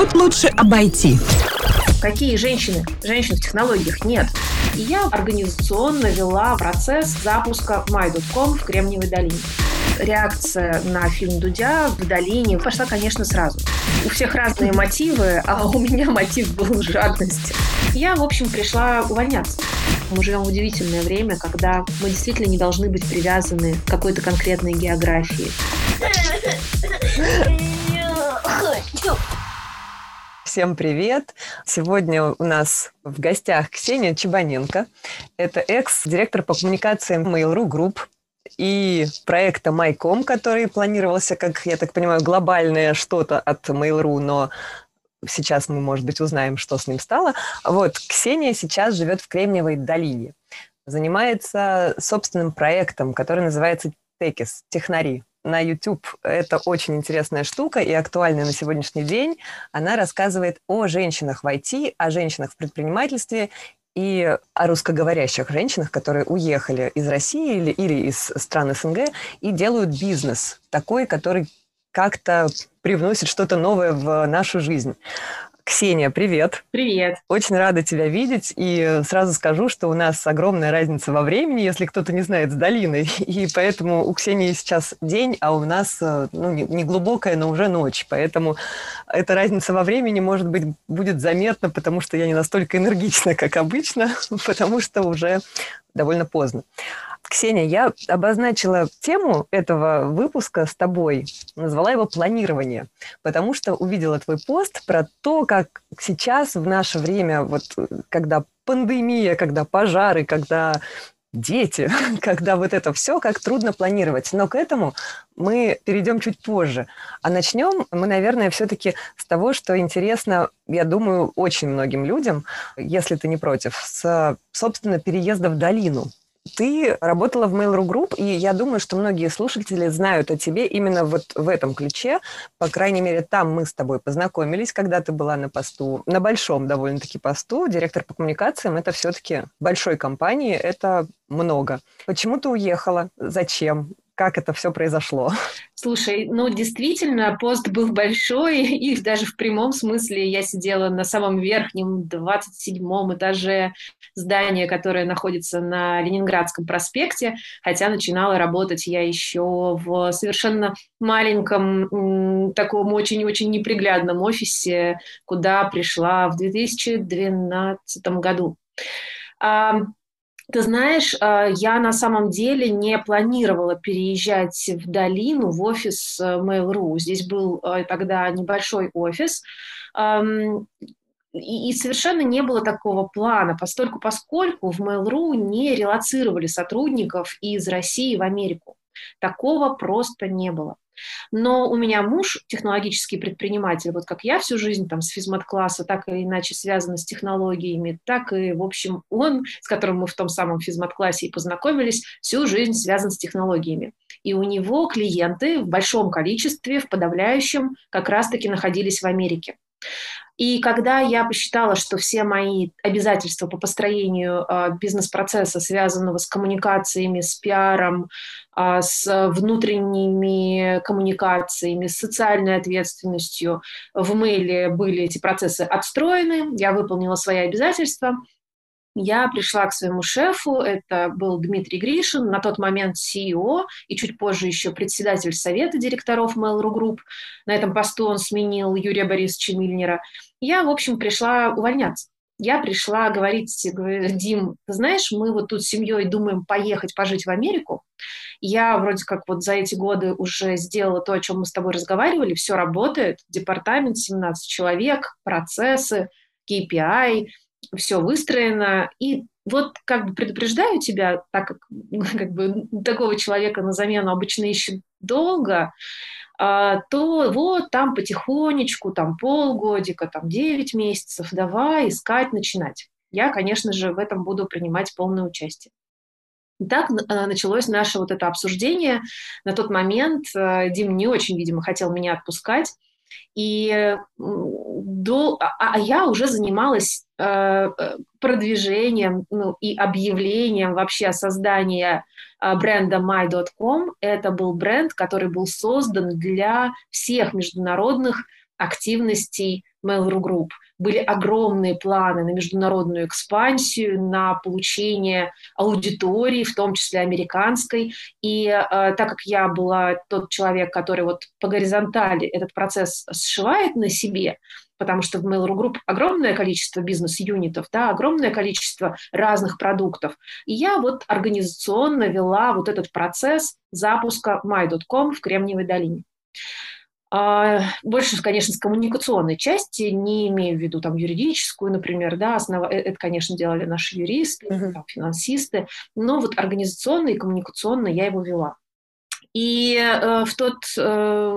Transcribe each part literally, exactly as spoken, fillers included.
тут лучше обойти. Какие женщины? Женщин в технологиях нет. И я организационно вела процесс запуска май точка ком в Кремниевой долине. Реакция на фильм Дудя в долине пошла, конечно, сразу. У всех разные мотивы, а у меня мотив был жадность. Я, в общем, пришла увольняться. Мы живем в удивительное время, когда мы действительно не должны быть привязаны к какой-то конкретной географии. Всем привет! Сегодня у нас в гостях Ксения Чебаненко. Это экс-директор по коммуникациям Mail.ru Group и проекта май точка ком, который планировался, как я так понимаю, глобальное что-то от Mail.ru, но сейчас мы, может быть, узнаем, что с ним стало. Вот, Ксения сейчас живет в Кремниевой долине. Занимается собственным проектом, который называется Текис, технари. На YouTube это очень интересная штука и актуальная на сегодняшний день. Она рассказывает о женщинах в ай ти, о женщинах в предпринимательстве и о русскоговорящих женщинах, которые уехали из России или, или из стран СНГ и делают бизнес такой, который как-то привносит что-то новое в нашу жизнь. Ксения, привет. Привет. Очень рада тебя видеть. И сразу скажу, что у нас огромная разница во времени, если кто-то не знает, с долиной. И поэтому у Ксении сейчас день, а у нас ну, не глубокая, но уже ночь. Поэтому эта разница во времени, может быть, будет заметна, потому что я не настолько энергична, как обычно, потому что уже довольно поздно. Ксения, я обозначила тему этого выпуска с тобой, назвала его «Планирование», потому что увидела твой пост про то, как сейчас в наше время, вот когда пандемия, когда пожары, когда дети, когда вот это все, как трудно планировать. Но к этому мы перейдем чуть позже. А начнем мы, наверное, все-таки с того, что интересно, я думаю, очень многим людям, если ты не против, с, собственно, переезда в долину. Ты работала в Mail.ru Group, и я думаю, что многие слушатели знают о тебе именно вот в этом ключе. По крайней мере, там мы с тобой познакомились, когда ты была на посту, на большом довольно-таки посту. Директор по коммуникациям – это все-таки большой компании, это много. Почему ты уехала? Зачем? Как это все произошло? Слушай, ну действительно, пост был большой, и даже в прямом смысле я сидела на самом верхнем двадцать седьмом этаже здания, которое находится на Ленинградском проспекте, хотя начинала работать я еще в совершенно маленьком, таком очень-очень неприглядном офисе, куда пришла в две тысячи двенадцатом году. Ты знаешь, я на самом деле не планировала переезжать в долину, в офис Mail.ru. Здесь был тогда небольшой офис, и совершенно не было такого плана, постольку поскольку в Mail.ru не релоцировали сотрудников из России в Америку. Такого просто не было. Но у меня муж технологический предприниматель, вот как я всю жизнь там с физмат-класса так или иначе связана с технологиями, так и, в общем, он, с которым мы в том самом физмат-классе и познакомились, всю жизнь связан с технологиями. И у него клиенты в большом количестве, в подавляющем, как раз-таки находились в Америке. И когда я посчитала, что все мои обязательства по построению э, бизнес-процесса, связанного с коммуникациями, с пиаром, э, с внутренними коммуникациями, с социальной ответственностью в мейле были эти процессы отстроены, я выполнила свои обязательства, я пришла к своему шефу, это был Дмитрий Гришин, на тот момент си и о и чуть позже еще председатель совета директоров Mail.ru Group. На этом посту он сменил Юрия Борисовича Мильнера. Я, в общем, пришла увольняться. Я пришла говорить, говорю: Дим, ты знаешь, мы вот тут с семьей думаем поехать пожить в Америку. Я вроде как вот за эти годы уже сделала то, о чем мы с тобой разговаривали, все работает, департамент, семнадцать человек, процессы, кей пи ай, все выстроено, и вот как бы предупреждаю тебя, так как, как бы такого человека на замену обычно ищут долго, а, то вот там потихонечку, там полгодика, там девять месяцев, давай искать, начинать. Я, конечно же, в этом буду принимать полное участие. И так началось наше вот это обсуждение. На тот момент Дим не очень, видимо, хотел меня отпускать. И до, а, а я уже занималась э, продвижением ну, и объявлением вообще создания э, бренда май точка ком. Это был бренд, который был создан для всех международных активностей Mail.ru Group. Были огромные планы на международную экспансию, на получение аудитории, в том числе американской. И э, так как я была тот человек, который вот по горизонтали этот процесс сшивает на себе, потому что в Mail.ru Group огромное количество бизнес-юнитов, да, огромное количество разных продуктов. И я вот организационно вела вот этот процесс запуска май точка ком в Кремниевой долине. Больше, конечно, с коммуникационной части, не имею в виду там юридическую, например, да, основа... это, конечно, делали наши юристы, uh-huh. там, финансисты, но вот организационно и коммуникационно я его вела. И э, в тот, э,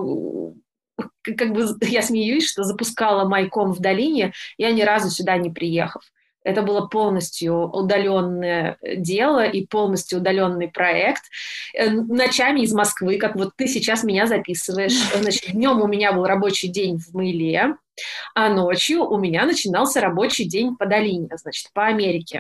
как бы я смеюсь, что запускала Майком в долине, я ни разу сюда не приехав. Это было полностью удаленное дело и полностью удаленный проект. Ночами из Москвы, как вот ты сейчас меня записываешь. Значит, днем у меня был рабочий день в Мейле, а ночью у меня начинался рабочий день по долине, значит, по Америке.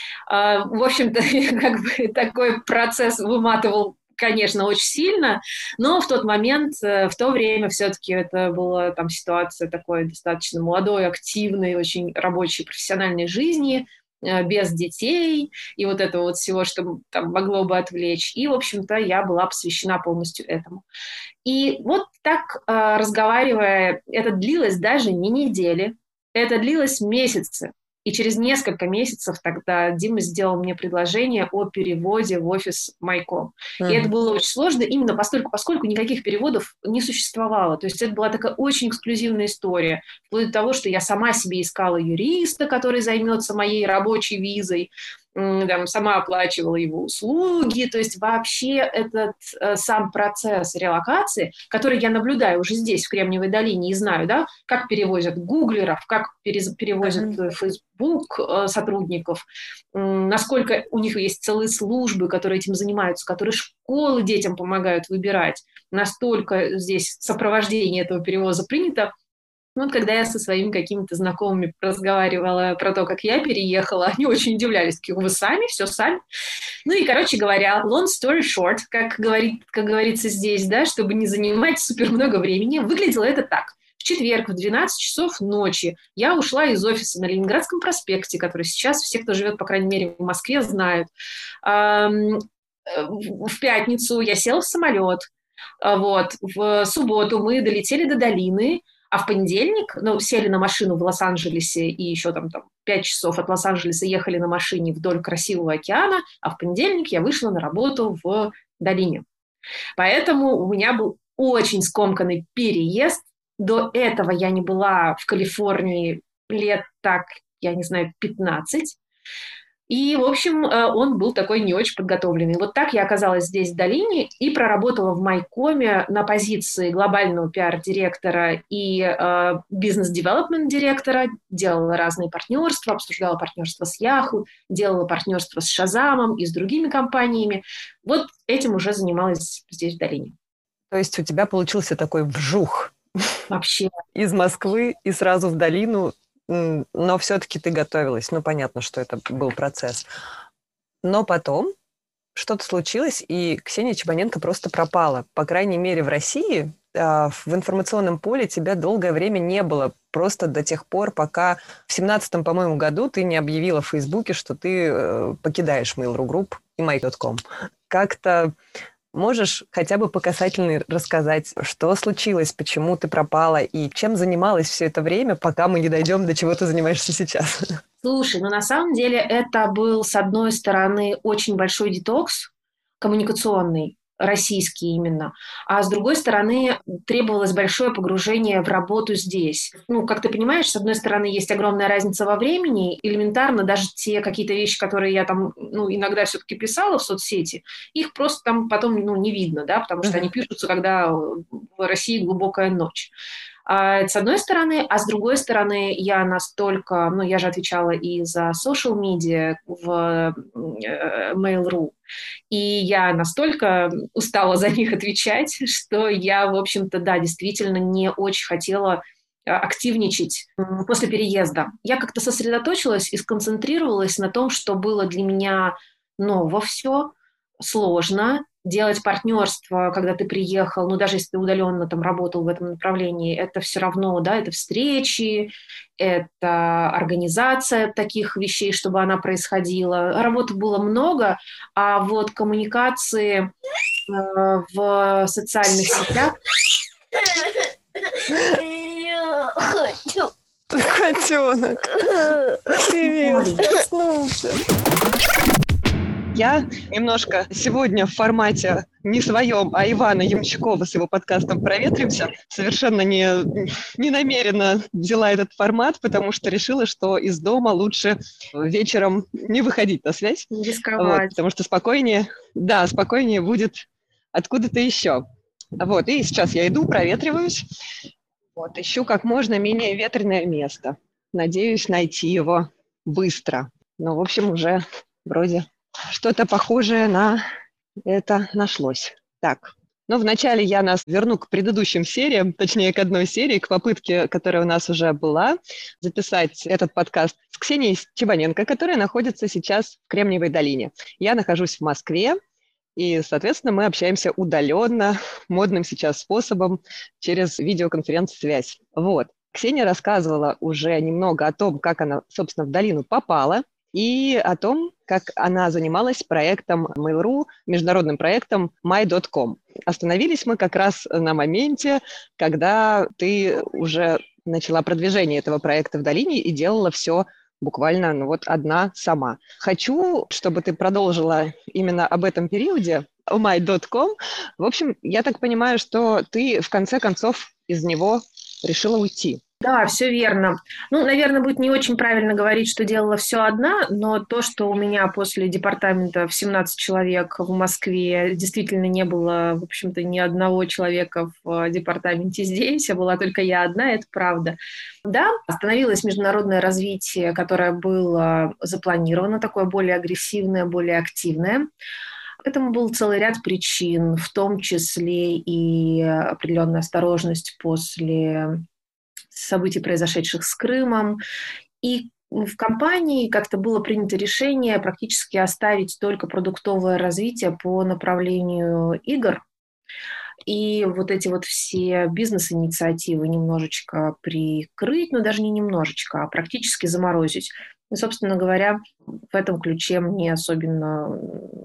В общем-то, как бы такой процесс выматывал, конечно, очень сильно, но в тот момент, в то время все-таки это была там ситуация такой достаточно молодой, активной, очень рабочей, профессиональной жизни, без детей и вот этого вот всего, что там могло бы отвлечь. И, в общем-то, я была посвящена полностью этому. И вот так, разговаривая, это длилось даже не недели, это длилось месяцы. И через несколько месяцев тогда Дима сделал мне предложение о переводе в офис Майком. Mm-hmm. И это было очень сложно именно поскольку, поскольку никаких переводов не существовало. То есть это была такая очень эксклюзивная история. Вплоть до того, что я сама себе искала юриста, который займется моей рабочей визой, там, сама оплачивала его услуги. То есть вообще этот э, сам процесс релокации, который я наблюдаю уже здесь, в Кремниевой долине, и знаю, да, как перевозят гуглеров, как перез- перевозят mm-hmm. Facebook э, сотрудников, э, насколько у них есть целые службы, которые этим занимаются, которые школы детям помогают выбирать. Настолько здесь сопровождение этого перевоза принято. Вот когда я со своими какими-то знакомыми разговаривала про то, как я переехала, они очень удивлялись, такие, вы сами, все сами. Ну и, короче говоря, long story short, как, говорит, как говорится здесь, да, чтобы не занимать супер много времени, выглядело это так. В четверг в двенадцать часов ночи я ушла из офиса на Ленинградском проспекте, который сейчас все, кто живет, по крайней мере, в Москве, знают. В пятницу я села в самолет. Вот. В субботу мы долетели до долины. А в понедельник, ну, сели на машину в Лос-Анджелесе и еще там, там пять часов от Лос-Анджелеса ехали на машине вдоль красивого океана, а в понедельник я вышла на работу в долине. Поэтому у меня был очень скомканный переезд. До этого я не была в Калифорнии лет так, я не знаю, пятнадцать. И, в общем, он был такой не очень подготовленный. Вот так я оказалась здесь, в долине, и проработала в Майкоме на позиции глобального пиар-директора и э, бизнес-девелопмент-директора, делала разные партнерства, обсуждала партнерство с Yahoo, делала партнерство с Shazam и с другими компаниями. Вот этим уже занималась здесь, в долине. То есть у тебя получился такой вжух. Вообще. Из Москвы и сразу в долину. Но все-таки ты готовилась. Ну, понятно, что это был процесс. Но потом что-то случилось, и Ксения Чебаненко просто пропала. По крайней мере, в России в информационном поле тебя долгое время не было. Просто до тех пор, пока в семнадцатом, по-моему, году ты не объявила в Фейсбуке, что ты покидаешь Mail.ru Group и май точка ком. Как-то можешь хотя бы по касательной рассказать, что случилось, почему ты пропала и чем занималась все это время, пока мы не дойдем до чего ты занимаешься сейчас? Слушай, ну на самом деле это был, с одной стороны, очень большой детокс коммуникационный, российский именно, а с другой стороны требовалось большое погружение в работу здесь. Ну, как ты понимаешь, с одной стороны есть огромная разница во времени, элементарно даже те какие-то вещи, которые я там, ну, иногда все-таки писала в соцсети, их просто там потом, ну, не видно, да, потому что uh-huh. они пишутся, когда в России глубокая ночь. С одной стороны, а с другой стороны, я настолько, ну, я же отвечала и за social media в Mail.ru, и я настолько устала за них отвечать, что я, в общем-то, да, действительно не очень хотела активничать после переезда. Я как-то сосредоточилась и сконцентрировалась на том, что было для меня ново все, сложно. Делать партнерство, когда ты приехал, ну, даже если ты удаленно там работал в этом направлении, это все равно, да, это встречи, это организация таких вещей, чтобы она происходила. Работы было много, а вот коммуникации э, в социальных сетях. Котенок, привет, проснулся. Я немножко сегодня в формате не своем, а Ивана Ямщикова с его подкастом «Проветримся» совершенно не, не намеренно взяла этот формат, потому что решила, что из дома лучше вечером не выходить на связь. Не рисковать. Вот, потому что спокойнее, да, спокойнее будет откуда-то еще. Вот, и сейчас я иду, проветриваюсь, вот, ищу как можно менее ветреное место. Надеюсь найти его быстро. Ну, в общем, уже вроде... Что-то похожее на это нашлось. Так, ну, вначале я нас верну к предыдущим сериям, точнее, к одной серии, к попытке, которая у нас уже была, записать этот подкаст с Ксенией Чебаненко, которая находится сейчас в Кремниевой долине. Я нахожусь в Москве, и, соответственно, мы общаемся удаленно, модным сейчас способом, через видеоконференц-связь. Вот. Ксения рассказывала уже немного о том, как она, собственно, в долину попала, и о том, как она занималась проектом Mail.ru, международным проектом май точка ком. Остановились мы как раз на моменте, когда ты уже начала продвижение этого проекта в долине и делала все буквально ну, вот одна сама. Хочу, чтобы ты продолжила именно об этом периоде, о май точка ком. В общем, я так понимаю, что ты в конце концов из него решила уйти. Да, все верно. Ну, наверное, будет не очень правильно говорить, что делала все одна, но то, что у меня после департамента в семнадцать человек в Москве действительно не было, в общем-то, ни одного человека в департаменте здесь, а была только я одна, это правда. Да, остановилось международное развитие, которое было запланировано, такое более агрессивное, более активное. Этому был целый ряд причин, в том числе и определенная осторожность после событий, произошедших с Крымом. И в компании как-то было принято решение практически оставить только продуктовое развитие по направлению игр. И вот эти вот все бизнес-инициативы немножечко прикрыть, но даже не немножечко, а практически заморозить. И, собственно говоря, в этом ключе мне особенно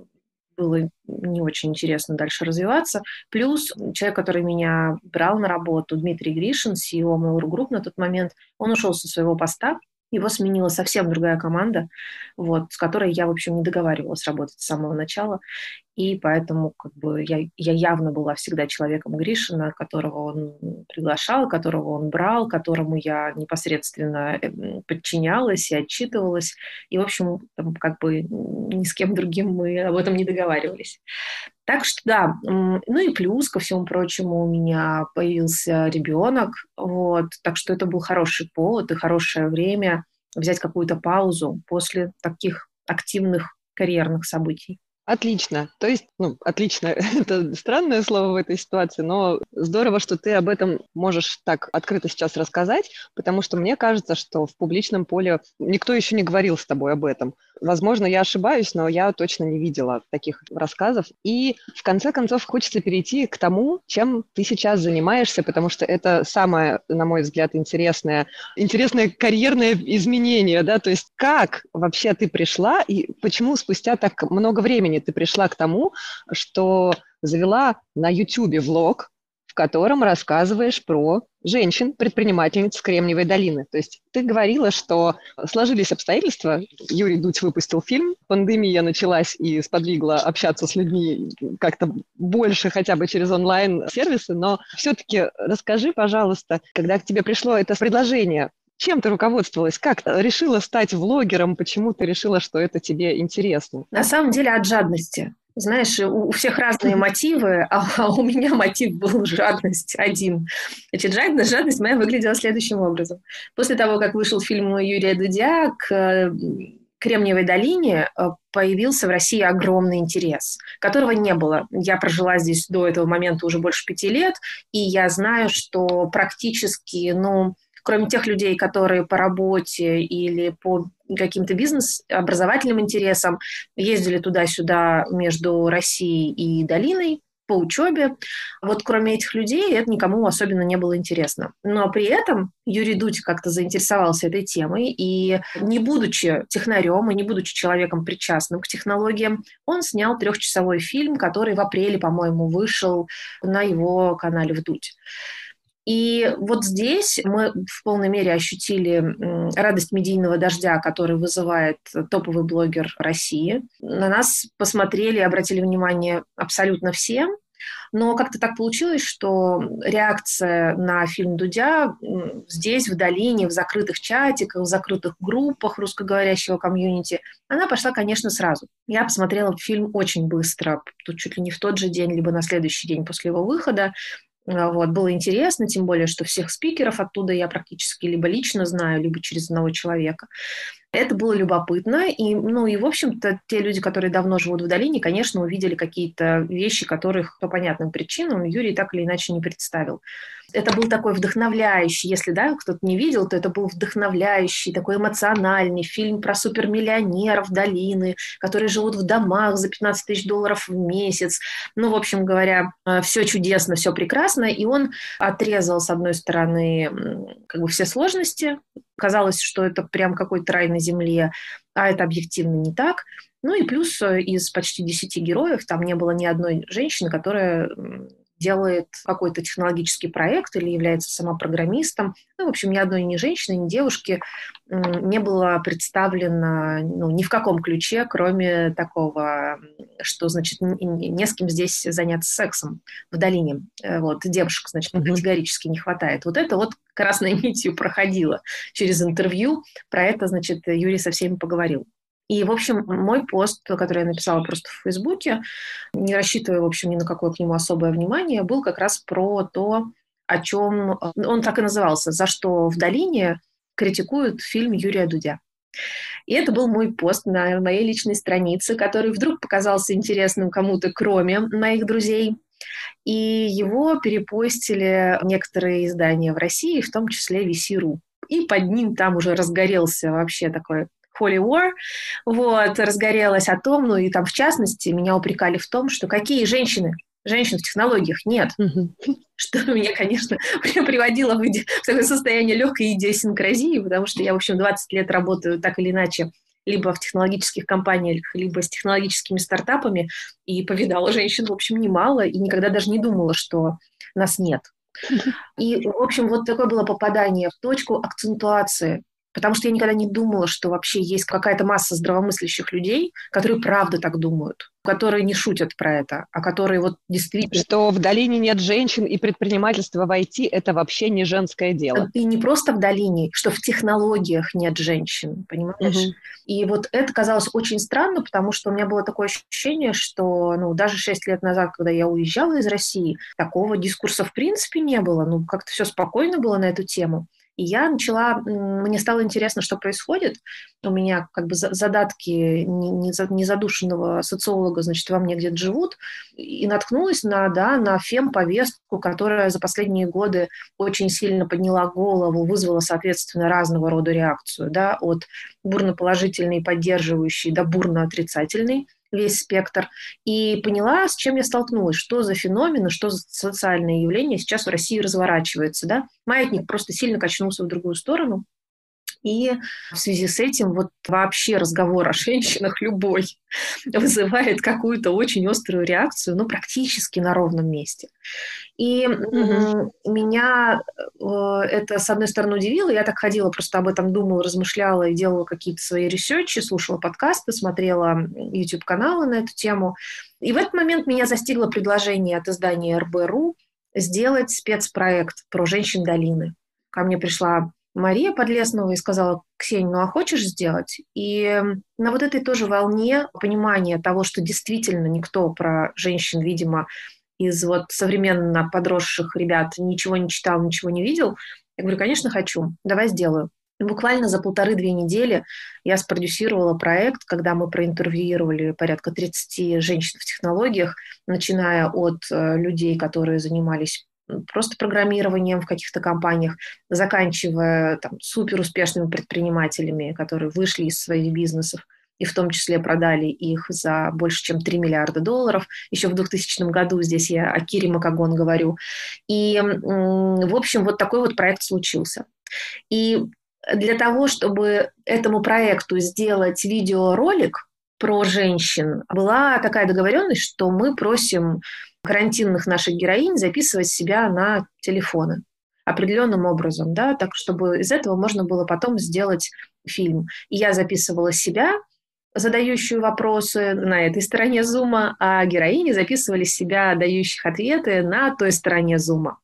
было не очень интересно дальше развиваться. Плюс человек, который меня брал на работу, Дмитрий Гришин, си и о Mail.ru Group на тот момент, он ушел со своего поста, его сменила совсем другая команда, вот, с которой я, в общем, не договаривалась работать с самого начала. И поэтому как бы, я, я явно была всегда человеком Гришина, которого он приглашал, которого он брал, которому я непосредственно подчинялась и отчитывалась. И, в общем, там, как бы ни с кем другим мы об этом не договаривались. Так что да, ну и плюс ко всему прочему у меня появился ребенок, вот, так что это был хороший повод и хорошее время взять какую-то паузу после таких активных карьерных событий. Отлично. То есть, ну, отлично, это странное слово в этой ситуации, но здорово, что ты об этом можешь так открыто сейчас рассказать, потому что мне кажется, что в публичном поле никто еще не говорил с тобой об этом. Возможно, я ошибаюсь, но я точно не видела таких рассказов. И в конце концов хочется перейти к тому, чем ты сейчас занимаешься, потому что это самое, на мой взгляд, интересное, интересное карьерное изменение, да, то есть как вообще ты пришла и почему спустя так много времени ты пришла к тому, что завела на Ютубе влог, в котором рассказываешь про женщин, предпринимательниц Кремниевой долины. То есть ты говорила, что сложились обстоятельства, Юрий Дудь выпустил фильм, пандемия началась и сподвигла общаться с людьми как-то больше хотя бы через онлайн-сервисы, но все-таки расскажи, пожалуйста, когда к тебе пришло это предложение, чем ты руководствовалась? Как решила стать влогером? Почему ты решила, что это тебе интересно? На самом деле от жадности. Знаешь, у, у всех разные мотивы, а, а у меня мотив был жадность один. Значит, жадность, жадность моя выглядела следующим образом. После того, как вышел фильм Юрия Дудя, к Кремниевой долине появился в России огромный интерес, которого не было. Я прожила здесь до этого момента уже больше пяти лет, и я знаю, что практически, ну, кроме тех людей, которые по работе или по каким-то бизнес-образовательным интересам ездили туда-сюда между Россией и долиной по учебе. Вот кроме этих людей это никому особенно не было интересно. Но при этом Юрий Дудь как-то заинтересовался этой темой, и не будучи технарем и не будучи человеком причастным к технологиям, он снял трехчасовой фильм, который в апреле, по-моему, вышел на его канале «Вдудь». И вот здесь мы в полной мере ощутили радость медийного дождя, который вызывает топовый блогер России. На нас посмотрели и обратили внимание абсолютно все. Но как-то так получилось, что реакция на фильм Дудя здесь, в долине, в закрытых чатиках, в закрытых группах русскоговорящего комьюнити, она пошла, конечно, сразу. Я посмотрела фильм очень быстро, тут чуть ли не в тот же день, либо на следующий день после его выхода. Вот, было интересно, тем более, что всех спикеров оттуда я практически либо лично знаю, либо через одного человека. Это было любопытно. И, ну, и, в общем-то, те люди, которые давно живут в долине, конечно, увидели какие-то вещи, которых по понятным причинам Юрий так или иначе не представил. Это был такой вдохновляющий, если, да, кто-то не видел, то это был вдохновляющий, такой эмоциональный фильм про супермиллионеров долины, которые живут в домах за пятнадцать тысяч долларов в месяц. Ну, в общем говоря, все чудесно, все прекрасно. И он отрезал, с одной стороны, как бы все сложности. Казалось, что это прям какой-то рай на земле, а это объективно не так. Ну и плюс из почти десяти героев там не было ни одной женщины, которая делает какой-то технологический проект или является сама программистом. Ну, в общем, ни одной ни женщины, ни девушки не было представлено, ну, ни в каком ключе, кроме такого, что, значит, не с кем здесь заняться сексом в долине. Вот, девушек, значит, категорически не хватает. Вот это вот красной нитью проходило через интервью. Про это, значит, Юрий со всеми поговорил. И, в общем, мой пост, который я написала просто в Фейсбуке, не рассчитывая, в общем, ни на какое к нему особое внимание, был как раз про то, о чем он так и назывался, «За что в долине критикуют фильм Юрия Дудя». И это был мой пост на моей личной странице, который вдруг показался интересным кому-то, кроме моих друзей. И его перепостили некоторые издания в России, в том числе ви си точка ру. И под ним там уже разгорелся вообще такой Holy War, вот, разгорелась о том, ну и там в частности меня упрекали в том, что какие женщины, женщин в технологиях нет, mm-hmm. что меня, конечно, приводило в, иде... в такое состояние легкой идиосинкразии, потому что я, в общем, двадцать лет работаю так или иначе либо в технологических компаниях, либо с технологическими стартапами, и повидала женщин, в общем, немало, и никогда даже не думала, что нас нет. И, в общем, вот такое было попадание в точку акцентуации. Потому что я никогда не думала, что вообще есть какая-то масса здравомыслящих людей, которые правда так думают, которые не шутят про это, а которые вот действительно... Что в долине нет женщин, и предпринимательство в ай ти – это вообще не женское дело. И не просто в долине, что в технологиях нет женщин, понимаешь? Угу. И вот это казалось очень странно, потому что у меня было такое ощущение, что ну, даже шесть лет назад, когда я уезжала из России, такого дискурса в принципе не было. Ну, как-то все спокойно было на эту тему. И я начала, мне стало интересно, что происходит. У меня как бы задатки незадушенного социолога, значит, во мне где-то живут. И наткнулась на, да, на фем-повестку, которая за последние годы очень сильно подняла голову, вызвала, соответственно, разного рода реакцию, да, от бурно-положительной, поддерживающей до бурно-отрицательной, весь спектр, и поняла, с чем я столкнулась, что за феномены, что за социальное явление сейчас в России разворачивается. Да? Маятник просто сильно качнулся в другую сторону. И в связи с этим вот вообще разговор о женщинах любой вызывает какую-то очень острую реакцию, ну, практически на ровном месте. И mm-hmm. меня э, это, с одной стороны, удивило. Я так ходила, просто об этом думала, размышляла и делала какие-то свои ресерчи, слушала подкасты, смотрела YouTube-каналы на эту тему. И в этот момент меня застигло предложение от издания эр бэ точка ру сделать спецпроект про женщин долины. Ко мне пришла Мария Подлеснова и сказала: Ксения, ну а хочешь сделать? И на вот этой тоже волне понимания того, что действительно никто про женщин, видимо, из вот современно подросших ребят ничего не читал, ничего не видел, я говорю, конечно, хочу, давай сделаю. И буквально за полторы-две недели я спродюсировала проект, когда мы проинтервьюировали порядка тридцати женщин в технологиях, начиная от людей, которые занимались просто программированием в каких-то компаниях, заканчивая там, суперуспешными предпринимателями, которые вышли из своих бизнесов и в том числе продали их за больше, чем три миллиарда долларов. Еще в двухтысячном году, здесь я о Кире Макагон говорю. И, в общем, вот такой вот проект случился. И для того, чтобы этому проекту сделать видеоролик про женщин, была такая договоренность, что мы просим карантинных наших героинь записывать себя на телефоны определенным образом, да, так, чтобы из этого можно было потом сделать фильм. И я записывала себя, задающую вопросы на этой стороне зума, а героини записывали себя, дающих ответы на той стороне зума.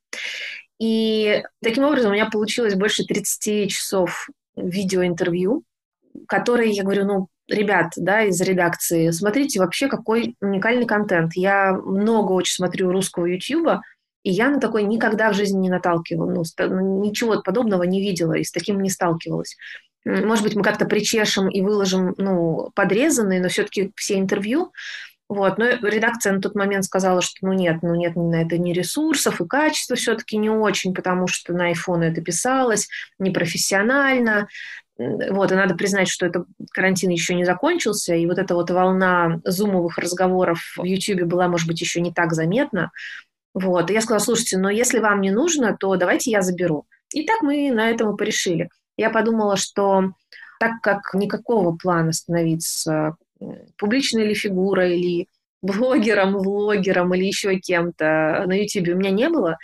И таким образом у меня получилось больше тридцать часов видеоинтервью, которые, я говорю, ну, ребят, да, из редакции, смотрите вообще, какой уникальный контент. Я много очень смотрю русского Ютьюба, и я на такой никогда в жизни не наталкивалась, ну, ничего подобного не видела и с таким не сталкивалась. Может быть, мы как-то причешем и выложим, ну, подрезанные, но все-таки все интервью. Вот. Но редакция на тот момент сказала, что ну нет, ну нет на это ни ресурсов, и качество все-таки не очень, потому что на айфоне это писалось непрофессионально. Вот, и надо признать, что это карантин еще не закончился, и вот эта вот волна зумовых разговоров в Ютьюбе была, может быть, еще не так заметна. Вот. И я сказала, слушайте, но если вам не нужно, то давайте я заберу. И так мы на этом и порешили. Я подумала, что так как никакого плана становиться публичной ли фигурой, или блогером, влогером, или еще кем-то на YouTube у меня не было,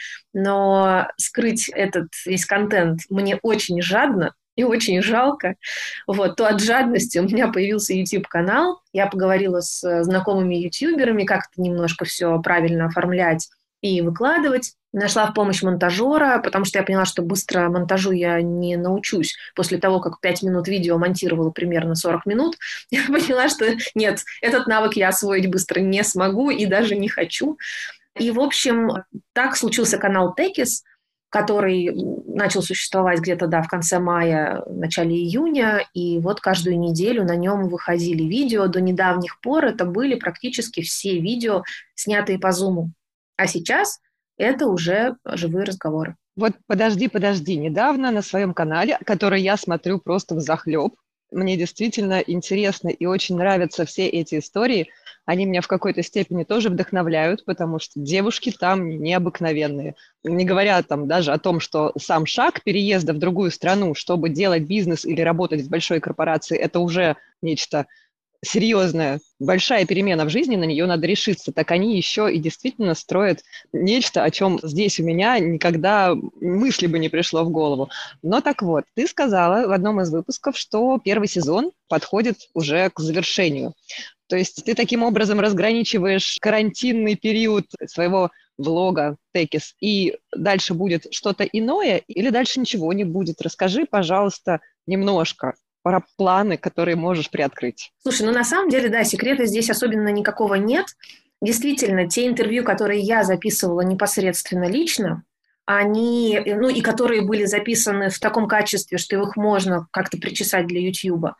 но скрыть этот весь контент мне очень жадно и очень жалко. Вот, то от жадности у меня появился YouTube-канал, я поговорила с знакомыми ютуберами, как это немножко все правильно оформлять и выкладывать. Нашла в помощь монтажера, потому что я поняла, что быстро монтажу я не научусь. После того, как пять минут видео монтировала примерно сорок минут, я поняла, что нет, этот навык я освоить быстро не смогу и даже не хочу. И, в общем, так случился канал Текис, который начал существовать где-то, да, в конце мая, в начале июня, и вот каждую неделю на нем выходили видео. До недавних пор это были практически все видео, снятые по Зуму. А сейчас это уже живые разговоры. Вот подожди, подожди. Недавно на своем канале, который я смотрю просто взахлеб, мне действительно интересно и очень нравятся все эти истории. Они меня в какой-то степени тоже вдохновляют, потому что девушки там необыкновенные. Не говоря там даже о том, что сам шаг переезда в другую страну, чтобы делать бизнес или работать в большой корпорации, это уже нечто серьезная, большая перемена в жизни, на нее надо решиться. Так они еще и действительно строят нечто, о чем здесь у меня никогда мысли бы не пришло в голову. Но так вот, ты сказала в одном из выпусков, что первый сезон подходит уже к завершению. То есть ты таким образом разграничиваешь карантинный период своего влога Текис, и дальше будет что-то иное, или дальше ничего не будет? Расскажи, пожалуйста, немножко про планы, которые можешь приоткрыть. Слушай, ну на самом деле, да, секрета здесь особенно никакого нет. Действительно, те интервью, которые я записывала непосредственно лично, они, ну и которые были записаны в таком качестве, что их можно как-то причесать для Ютьюба,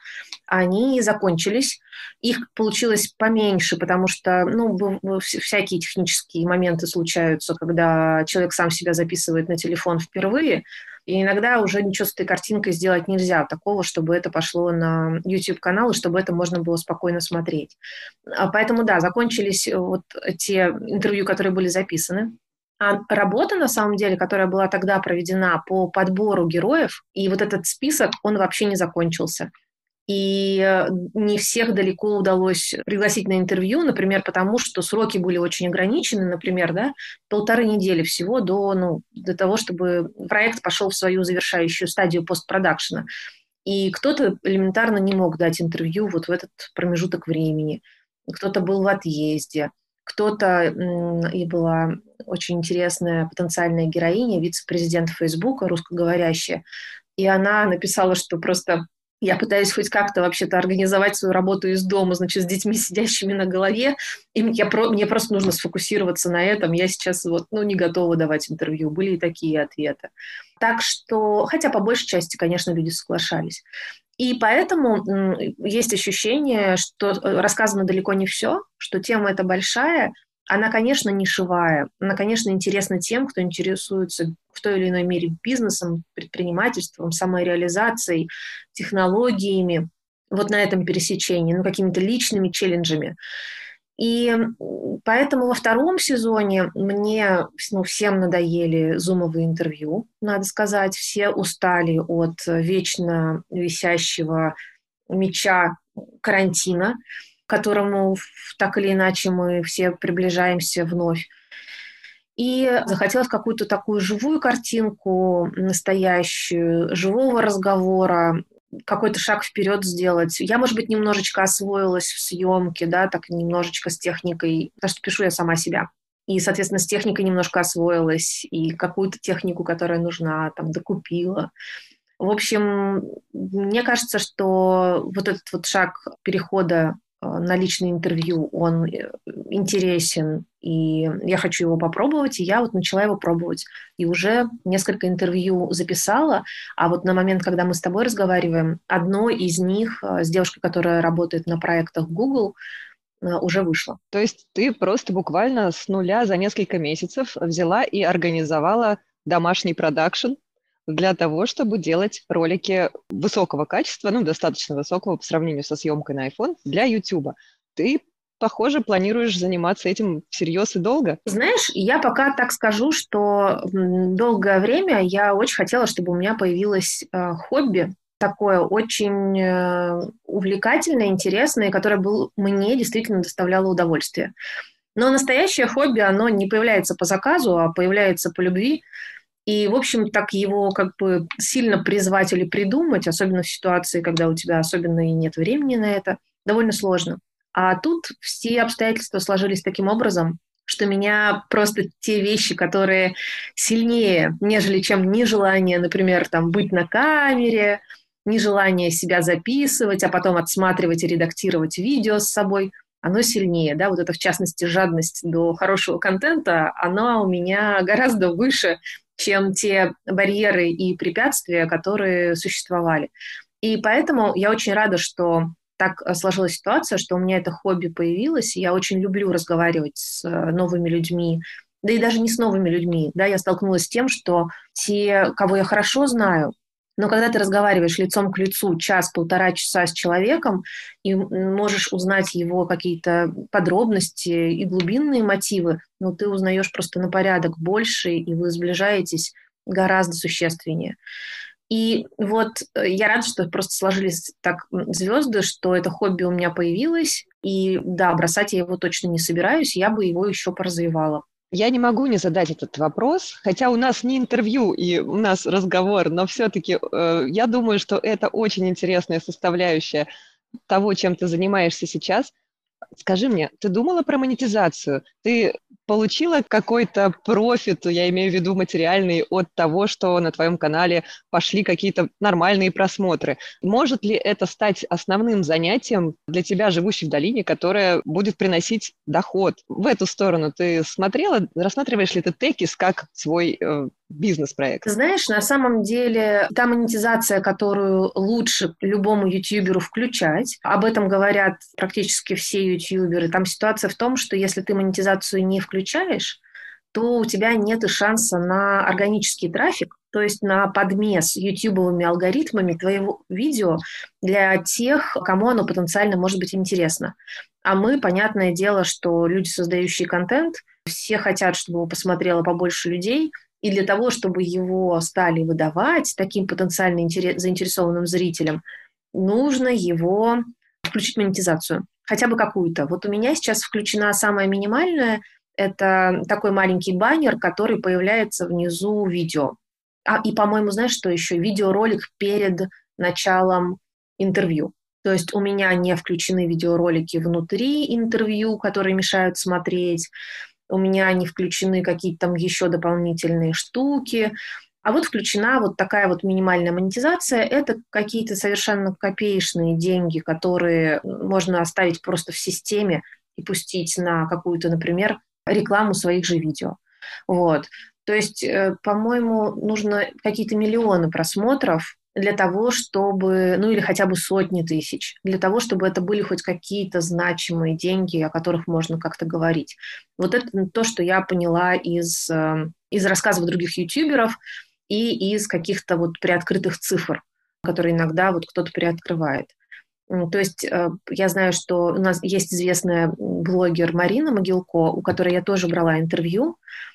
они закончились. Их получилось поменьше, потому что, ну, всякие технические моменты случаются, когда человек сам себя записывает на телефон впервые, и иногда уже ничего с этой картинкой сделать нельзя, такого, чтобы это пошло на YouTube-канал, и чтобы это можно было спокойно смотреть. Поэтому, да, закончились вот те интервью, которые были записаны. А работа, на самом деле, которая была тогда проведена по подбору героев, и вот этот список, он вообще не закончился. И не всех далеко удалось пригласить на интервью, например, потому что сроки были очень ограничены, например, да, полторы недели всего до, ну, до того, чтобы проект пошел в свою завершающую стадию постпродакшена. И кто-то элементарно не мог дать интервью вот в этот промежуток времени. Кто-то был в отъезде, кто-то, и была очень интересная потенциальная героиня, вице-президент Фейсбука, русскоговорящая, и она написала, что просто... Я пытаюсь хоть как-то вообще-то организовать свою работу из дома, значит, с детьми, сидящими на голове, и я про, мне просто нужно сфокусироваться на этом. Я сейчас вот, ну, не готова давать интервью. Были и такие ответы. Так что, хотя по большей части, конечно, люди соглашались. И поэтому есть ощущение, что рассказано далеко не все, что тема эта большая, Она, конечно, нишевая, она, конечно, интересна тем, кто интересуется в той или иной мере бизнесом, предпринимательством, самореализацией, технологиями, вот на этом пересечении, ну, какими-то личными челленджами. И поэтому во втором сезоне мне, ну, всем надоели зумовые интервью, надо сказать. Все устали от вечно висящего меча карантина, к которому так или иначе мы все приближаемся вновь. И захотелось какую-то такую живую картинку, настоящую, живого разговора, какой-то шаг вперед сделать. Я, может быть, немножечко освоилась в съемке, да, так немножечко с техникой, потому что пишу я сама себя. И, соответственно, с техникой немножко освоилась, и какую-то технику, которая нужна, там, докупила. В общем, мне кажется, что вот этот вот шаг перехода на личное интервью, он интересен, и я хочу его попробовать, и я вот начала его пробовать. И уже несколько интервью записала, а вот на момент, когда мы с тобой разговариваем, одно из них с девушкой, которая работает на проектах Google, уже вышло. То есть ты просто буквально с нуля за несколько месяцев взяла и организовала домашний продакшн для того, чтобы делать ролики высокого качества, ну, достаточно высокого по сравнению со съемкой на iPhone для YouTube. Ты, похоже, планируешь заниматься этим всерьез и долго? Знаешь, я пока так скажу, что долгое время я очень хотела, чтобы у меня появилось э, хобби, такое очень э, увлекательное, интересное, которое был, мне действительно доставляло удовольствие. Но настоящее хобби, оно не появляется по заказу, а появляется по любви. И, в общем, так его как бы сильно призвать или придумать, особенно в ситуации, когда у тебя особенно и нет времени на это, довольно сложно. А тут все обстоятельства сложились таким образом, что меня просто те вещи, которые сильнее, нежели чем нежелание, например, там, быть на камере, нежелание себя записывать, а потом отсматривать и редактировать видео с собой, оно сильнее, да, вот это, в частности, жадность до хорошего контента, она у меня гораздо выше, чем те барьеры и препятствия, которые существовали. И поэтому я очень рада, что так сложилась ситуация, что у меня это хобби появилось. Я очень люблю разговаривать с новыми людьми, да и даже не с новыми людьми. Да, я столкнулась с тем, что те, кого я хорошо знаю, но когда ты разговариваешь лицом к лицу час-полтора часа с человеком и можешь узнать его какие-то подробности и глубинные мотивы, ну, ты узнаешь просто на порядок больше, и вы сближаетесь гораздо существеннее. И вот я рада, что просто сложились так звезды, что это хобби у меня появилось. И да, бросать я его точно не собираюсь, я бы его еще поразвивала. Я не могу не задать этот вопрос, хотя у нас не интервью и у нас разговор, но все-таки э, я думаю, что это очень интересная составляющая того, чем ты занимаешься сейчас. Скажи мне, ты думала про монетизацию? Ты получила какой-то профит, я имею в виду материальный, от того, что на твоем канале пошли какие-то нормальные просмотры? Может ли это стать основным занятием для тебя, живущей в долине, которое будет приносить доход? В эту сторону ты смотрела? Рассматриваешь ли ты Текис как свой э, бизнес-проект? Ты знаешь, на самом деле та монетизация, которую лучше любому ютуберу включать, об этом говорят практически все ютуберы. Там ситуация в том, что если ты монетизацию не включаешь, то у тебя нет и шанса на органический трафик, то есть на подмес ютубовыми алгоритмами твоего видео для тех, кому оно потенциально может быть интересно. А мы, понятное дело, что люди, создающие контент, все хотят, чтобы его посмотрело побольше людей, и для того, чтобы его стали выдавать таким потенциально интерес, заинтересованным зрителям, нужно его включить монетизацию, хотя бы какую-то. Вот у меня сейчас включена самая минимальная, это такой маленький баннер, который появляется внизу видео. А, и, по-моему, знаешь, что еще? Видеоролик перед началом интервью. То есть у меня не включены видеоролики внутри интервью, которые мешают смотреть. У меня не включены какие-то там еще дополнительные штуки. А вот включена вот такая вот минимальная монетизация. Это какие-то совершенно копеечные деньги, которые можно оставить просто в системе и пустить на какую-то, например, рекламу своих же видео. Вот. То есть, по-моему, нужно какие-то миллионы просмотров, для того, чтобы, ну или хотя бы сотни тысяч, для того, чтобы это были хоть какие-то значимые деньги, о которых можно как-то говорить. Вот это то, что я поняла из, э, из рассказов других ютуберов и из каких-то вот приоткрытых цифр, которые иногда вот кто-то приоткрывает. М, То есть э, я знаю, что у нас есть известная блогер Марина Могилко, у которой я тоже брала интервью.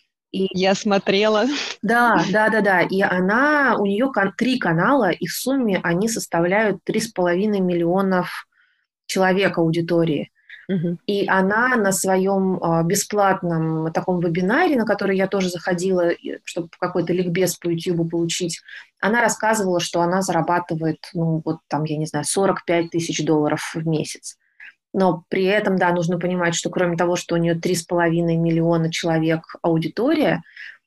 И Я смотрела. да, да, да, да. И она, у нее кан- три канала, и в сумме они составляют три с половиной миллионов человек аудитории. Мгм. И она на своем а, бесплатном таком вебинаре, на который я тоже заходила, и- чтобы какой-то ликбез по YouTube получить, она рассказывала, что она зарабатывает, ну, вот там, я не знаю, сорок пять тысяч долларов в месяц. Но при этом, да, нужно понимать, что кроме того, что у нее три с половиной миллиона человек аудитория,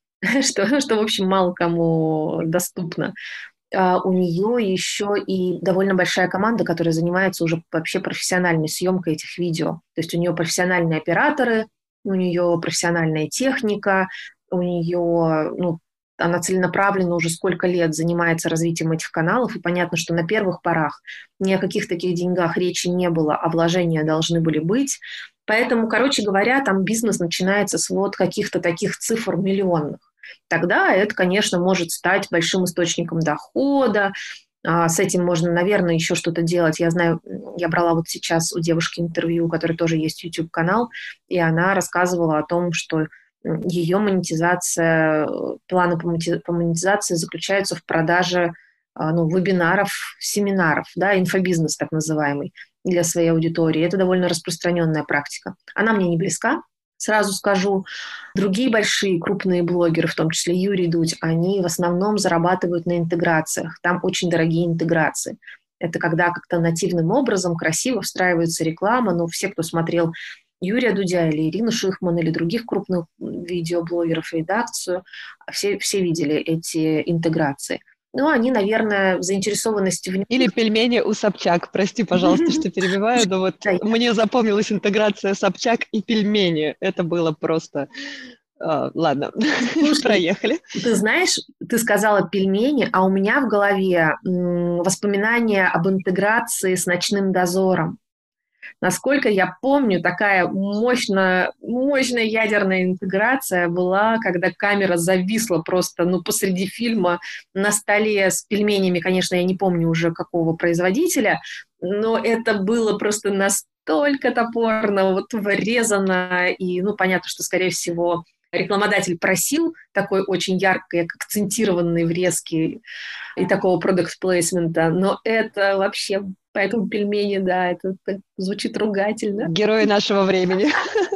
что, что, в общем, мало кому доступно, а, у нее еще и довольно большая команда, которая занимается уже вообще профессиональной съемкой этих видео. То есть у нее профессиональные операторы, у нее профессиональная техника, у нее, ну, она целенаправленно уже сколько лет занимается развитием этих каналов, и понятно, что на первых порах ни о каких таких деньгах речи не было, а вложения должны были быть. Поэтому, короче говоря, там бизнес начинается с вот каких-то таких цифр миллионных. Тогда это, конечно, может стать большим источником дохода. А, С этим можно, наверное, еще что-то делать. Я знаю, я брала вот сейчас у девушки интервью, у которой тоже есть YouTube-канал, и она рассказывала о том, что ее монетизация, планы по монетизации заключаются в продаже а, ну, вебинаров, семинаров, да, инфобизнес так называемый для своей аудитории. Это довольно распространенная практика. Она мне не близка, сразу скажу. Другие большие крупные блогеры, в том числе Юрий Дудь, они в основном зарабатывают на интеграциях. Там очень дорогие интеграции. Это когда как-то нативным образом красиво встраивается реклама, но все, кто смотрел Юрия Дудя или Ирину Шихман или других крупных видеоблогеров и редакцию, все, все видели эти интеграции. Ну, они, наверное, заинтересованность в них. Или пельмени у Собчак. Прости, пожалуйста, что перебиваю, но вот Да, мне запомнилась интеграция Собчак и пельмени. Это было просто... а, ладно, слушай, проехали. ты знаешь, ты сказала пельмени, а у меня в голове м, воспоминания об интеграции с «Ночным дозором». Насколько я помню, такая мощная, мощная ядерная интеграция была, когда камера зависла просто ну, посреди фильма на столе с пельменями. Конечно, я не помню уже какого производителя, но это было просто настолько топорно, вот вырезано. И, ну, понятно, что, скорее всего, рекламодатель просил такой очень яркой, акцентированной врезки и такого продукт-плейсмента, но это вообще, поэтому пельмени, да, это так звучит ругательно. Герои нашего времени.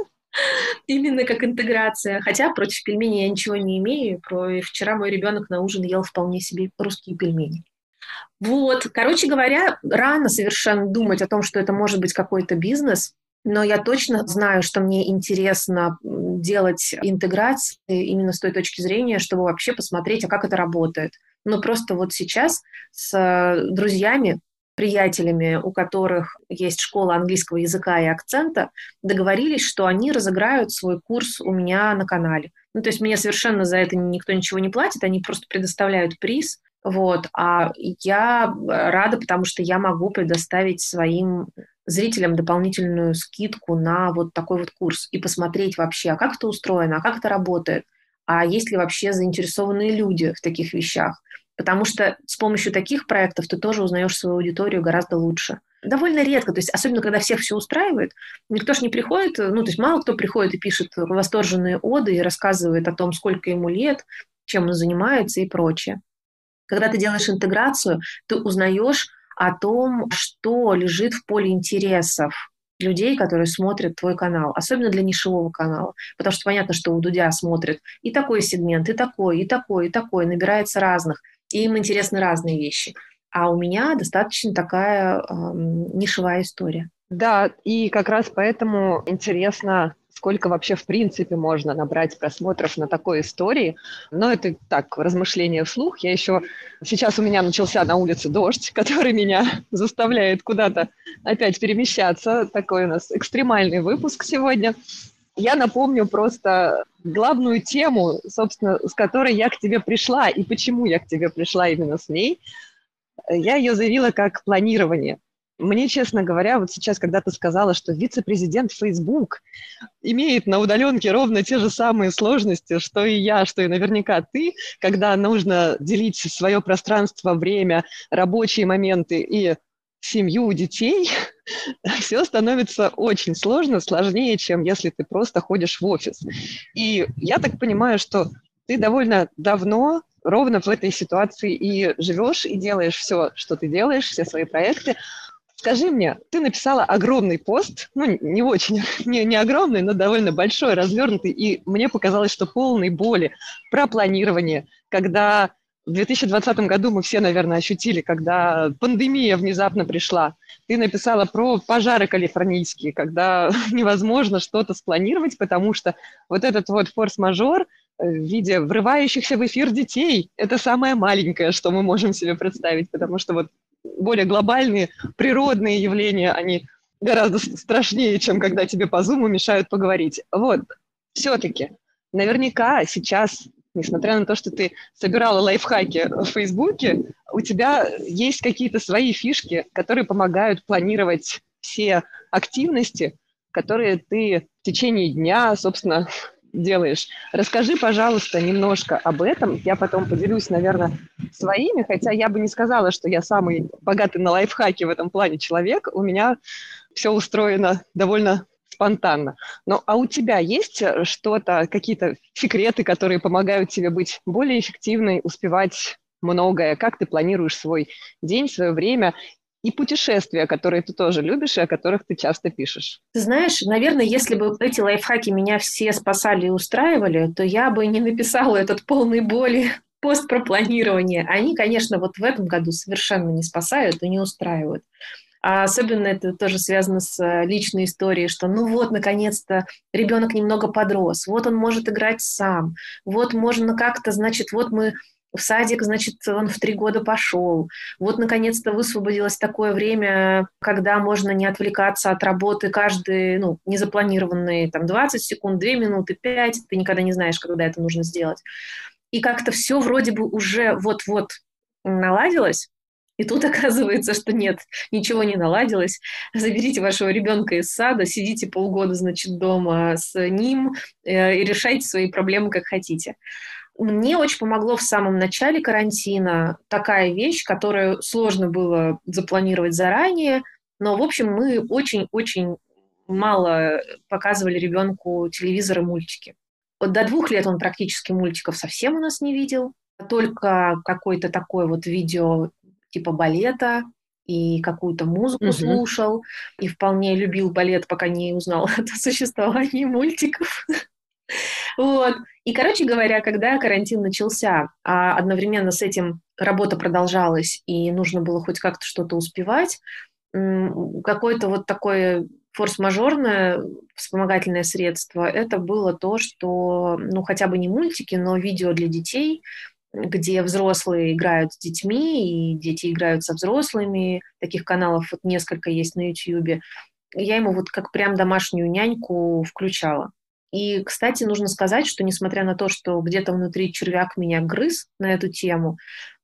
Именно как интеграция. Хотя против пельменей я ничего не имею. Про... Вчера мой ребенок на ужин ел вполне себе русские пельмени. Вот, короче говоря, рано совершенно думать о том, что это может быть какой-то бизнес, но я точно знаю, что мне интересно делать интеграции именно с той точки зрения, чтобы вообще посмотреть, а как это работает. Но просто вот сейчас с э, друзьями, приятелями, у которых есть школа английского языка и акцента, договорились, что они разыграют свой курс у меня на канале. Ну, то есть мне совершенно за это никто ничего не платит, они просто предоставляют приз, вот, а я рада, потому что я могу предоставить своим зрителям дополнительную скидку на вот такой вот курс и посмотреть вообще, а как это устроено, а как это работает, а есть ли вообще заинтересованные люди в таких вещах. Потому что с помощью таких проектов ты тоже узнаешь свою аудиторию гораздо лучше. Довольно редко, то есть особенно когда всех все устраивает, никто ж не приходит, ну, то есть мало кто приходит и пишет восторженные оды и рассказывает о том, сколько ему лет, чем он занимается и прочее. Когда ты делаешь интеграцию, ты узнаешь о том, что лежит в поле интересов людей, которые смотрят твой канал, особенно для нишевого канала. Потому что понятно, что у Дудя смотрят и такой сегмент, и такой, и такой, и такой, набирается разных, и им интересны разные вещи. А у меня достаточно такая эм, нишевая история. Да, и как раз поэтому интересно, сколько вообще в принципе можно набрать просмотров на такой истории. Но это так, размышления вслух. Я еще... Сейчас у меня начался на улице дождь, который меня заставляет куда-то опять перемещаться. Такой у нас экстремальный выпуск сегодня. Я напомню просто главную тему, собственно, с которой я к тебе пришла и почему я к тебе пришла именно с ней. Я ее заявила как планирование. Мне, честно говоря, вот сейчас, когда ты сказала, что вице-президент Facebook имеет на удаленке ровно те же самые сложности, что и я, что и наверняка ты, когда нужно делить свое пространство, время, рабочие моменты и семью, детей, все становится очень сложно, сложнее, чем если ты просто ходишь в офис. И я так понимаю, что ты довольно давно ровно в этой ситуации и живешь, и делаешь все, что ты делаешь, все свои проекты. Скажи мне, ты написала огромный пост, ну, не очень, не, не огромный, но довольно большой, развернутый, и мне показалось, что полный боли про планирование, когда в две тысячи двадцатом году мы все, наверное, ощутили, когда пандемия внезапно пришла. Ты написала про пожары калифорнийские, когда невозможно что-то спланировать, потому что вот этот вот форс-мажор в виде врывающихся в эфир детей – это самое маленькое, что мы можем себе представить, потому что вот более глобальные природные явления, они гораздо страшнее, чем когда тебе по зуму мешают поговорить. Вот, все-таки, наверняка сейчас, несмотря на то, что ты собирала лайфхаки в Фейсбуке, у тебя есть какие-то свои фишки, которые помогают планировать все активности, которые ты в течение дня, собственно, делаешь. Расскажи, пожалуйста, немножко об этом. Я потом поделюсь, наверное, своими, хотя я бы не сказала, что я самый богатый на лайфхаки в этом плане человек. У меня все устроено довольно спонтанно. Но а у тебя есть что-то, какие-то секреты, которые помогают тебе быть более эффективной, успевать многое? Как ты планируешь свой день, свое время и путешествия, которые ты тоже любишь и о которых ты часто пишешь? Ты знаешь, наверное, если бы эти лайфхаки меня все спасали и устраивали, то я бы не написала этот полный боли пост про планирование. Они, конечно, вот в этом году совершенно не спасают и не устраивают. А особенно это тоже связано с личной историей, что ну вот, наконец-то ребенок немного подрос, вот он может играть сам, вот можно как-то, значит, вот мы в садик, значит, он в три года пошел. Вот, наконец-то, высвободилось такое время, когда можно не отвлекаться от работы каждые, ну, незапланированные, там, двадцать секунд, две минуты, пять. Ты никогда не знаешь, когда это нужно сделать. И как-то все вроде бы уже вот-вот наладилось, и тут оказывается, что нет, ничего не наладилось. Заберите вашего ребенка из сада, сидите полгода, значит, дома с ним э, и решайте свои проблемы как хотите. Мне очень помогло в самом начале карантина такая вещь, которую сложно было запланировать заранее, но, в общем, мы очень-очень мало показывали ребенку телевизор и мультики. Вот до двух лет он практически мультиков совсем у нас не видел, только какой-то такой вот видео типа балета и какую-то музыку Мгм. слушал, и вполне любил балет, пока не узнал о существовании мультиков. Вот. И, короче говоря, когда карантин начался, а одновременно с этим работа продолжалась, и нужно было хоть как-то что-то успевать, какое-то вот такое форс-мажорное вспомогательное средство, это было то, что, ну, хотя бы не мультики, но видео для детей, где взрослые играют с детьми, и дети играют со взрослыми. Таких каналов вот несколько есть на Ютьюбе. Я ему вот как прям домашнюю няньку включала. И, кстати, нужно сказать, что несмотря на то, что где-то внутри червяк меня грыз на эту тему,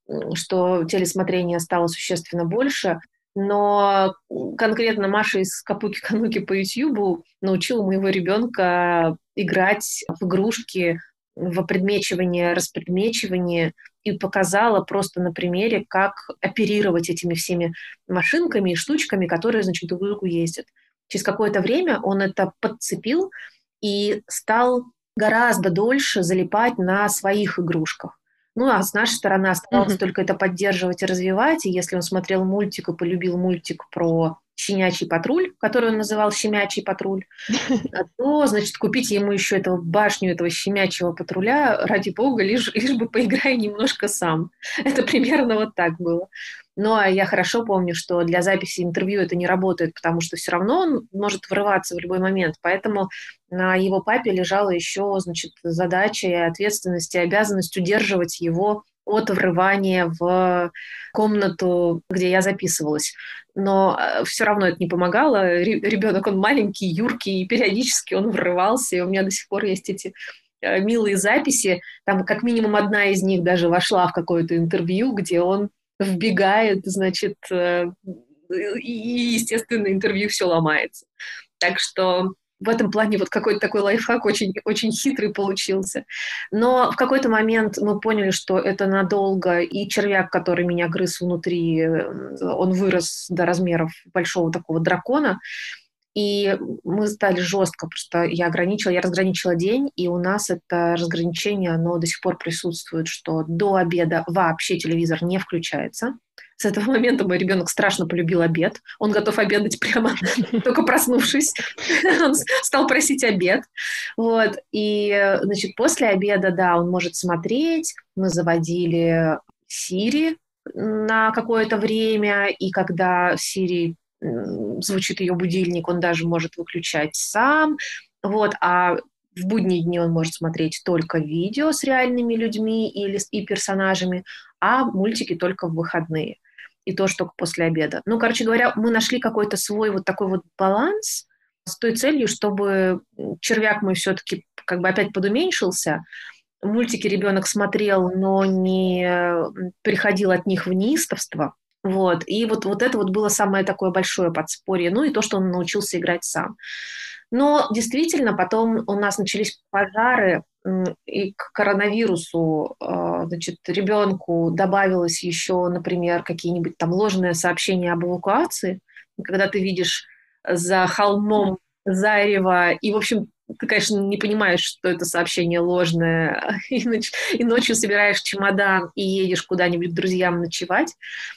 что телесмотрения стало существенно больше, но конкретно Маша из Капуки-Кануки по Ютьюбу научила моего ребенка играть в игрушки, в опредмечивание, распредмечивание, и показала просто на примере, как оперировать этими всеми машинками и штучками, которые, значит, друг к другу ездят. Через какое-то время он это подцепил и стал гораздо дольше залипать на своих игрушках. Ну, а с нашей стороны оставалось Мгм. только это поддерживать и развивать. И если он смотрел мультик и полюбил мультик про щенячий патруль, который он называл «Щемячий патруль», то, значит, купить ему еще этого башню этого щемячего патруля, ради бога, лишь, лишь бы поиграй немножко сам. Это примерно вот так было. Ну, а я хорошо помню, что для записи интервью это не работает, потому что все равно он может врываться в любой момент. Поэтому на его папе лежала еще, значит, задача и ответственность, и обязанность удерживать его от врывания в комнату, где я записывалась. Но все равно это не помогало. Ребенок, он маленький, юркий, и периодически он врывался, и у меня до сих пор есть эти э, милые записи. Там как минимум одна из них даже вошла в какое-то интервью, где он вбегает, значит, э, и, естественно, интервью все ломается. Так что в этом плане вот какой-то такой лайфхак очень, очень хитрый получился. Но в какой-то момент мы поняли, что это надолго, и червяк, который меня грыз внутри, он вырос до размеров большого такого дракона, и мы стали жестко, просто я ограничила, я разграничила день, и у нас это разграничение, оно до сих пор присутствует, что до обеда вообще телевизор не включается. С этого момента мой ребенок страшно полюбил обед. Он готов обедать прямо только проснувшись. Он стал просить обед. Вот. И, значит, после обеда, да, он может смотреть. Мы заводили Siri на какое-то время, и когда Siri звучит ее будильник, он даже может выключать сам. Вот. А в будние дни он может смотреть только видео с реальными людьми или, и персонажами, а мультики только в выходные. И тоже только после обеда. Ну, короче говоря, мы нашли какой-то свой вот такой вот баланс с той целью, чтобы червяк мой все-таки как бы опять подуменьшился. Мультики ребенок смотрел, но не переходил от них в неистовство. Вот. И вот, вот это вот было самое такое большое подспорье. Ну и то, что он научился играть сам. Но действительно, потом у нас начались пожары, и к коронавирусу, значит, ребенку добавилось еще, например, какие-нибудь там ложные сообщения об эвакуации, когда ты видишь за холмом зарево, и, в общем, ты, конечно, не понимаешь, что это сообщение ложное, и, ноч- и ночью собираешь чемодан и едешь куда-нибудь к друзьям ночевать.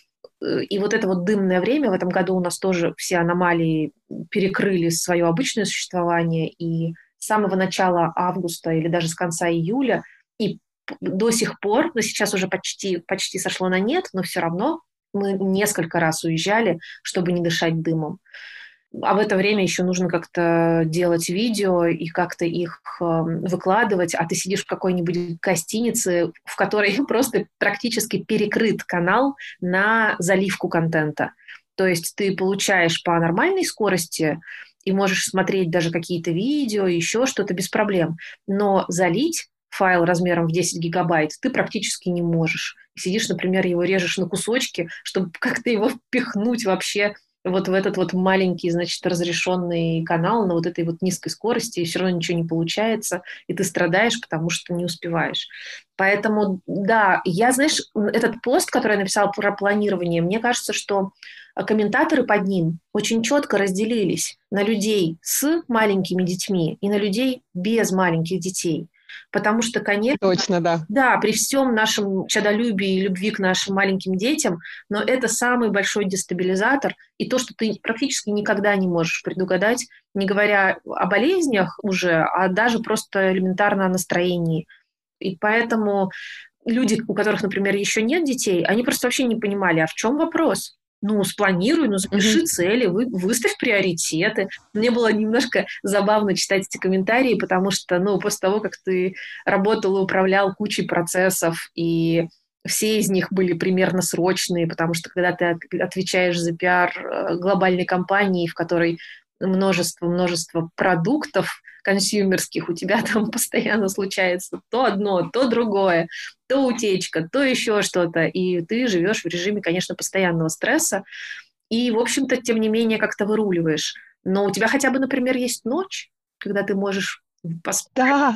И вот это вот дымное время, в этом году у нас тоже все аномалии перекрыли свое обычное существование, и с самого начала августа или даже с конца июля, и до сих пор, но сейчас уже почти, почти сошло на нет, но все равно мы несколько раз уезжали, чтобы не дышать дымом. А в это время еще нужно как-то делать видео и как-то их э, выкладывать, а ты сидишь в какой-нибудь гостинице, в которой просто практически перекрыт канал на заливку контента. То есть ты получаешь по нормальной скорости и можешь смотреть даже какие-то видео, еще что-то без проблем. Но залить файл размером в десять гигабайт ты практически не можешь. Сидишь, например, его режешь на кусочки, чтобы как-то его впихнуть вообще вот в этот вот маленький, значит, разрешенный канал на вот этой вот низкой скорости, и все равно ничего не получается, и ты страдаешь, потому что не успеваешь. Поэтому, да, я, знаешь, этот пост, который я написала про планирование, мне кажется, что комментаторы под ним очень четко разделились на людей с маленькими детьми и на людей без маленьких детей. Потому что, конечно, точно, да. Да, при всем нашем чадолюбии и любви к нашим маленьким детям, но это самый большой дестабилизатор, и то, что ты практически никогда не можешь предугадать, не говоря о болезнях уже, а даже просто элементарно о настроении. И поэтому люди, у которых, например, еще нет детей, они просто вообще не понимали, а в чем вопрос? Ну, спланируй, ну, запиши mm-hmm. цели, вы, выставь приоритеты. Мне было немножко забавно читать эти комментарии, потому что, ну, после того, как ты работал и управлял кучей процессов, и все из них были примерно срочные, потому что когда ты отвечаешь за пиар глобальной компании, в которой множество-множество продуктов консюмерских, у тебя там постоянно случается то одно, то другое, то утечка, то еще что-то, и ты живешь в режиме, конечно, постоянного стресса, и, в общем-то, тем не менее, как-то выруливаешь. Но у тебя хотя бы, например, есть ночь, когда ты можешь поспать. Да.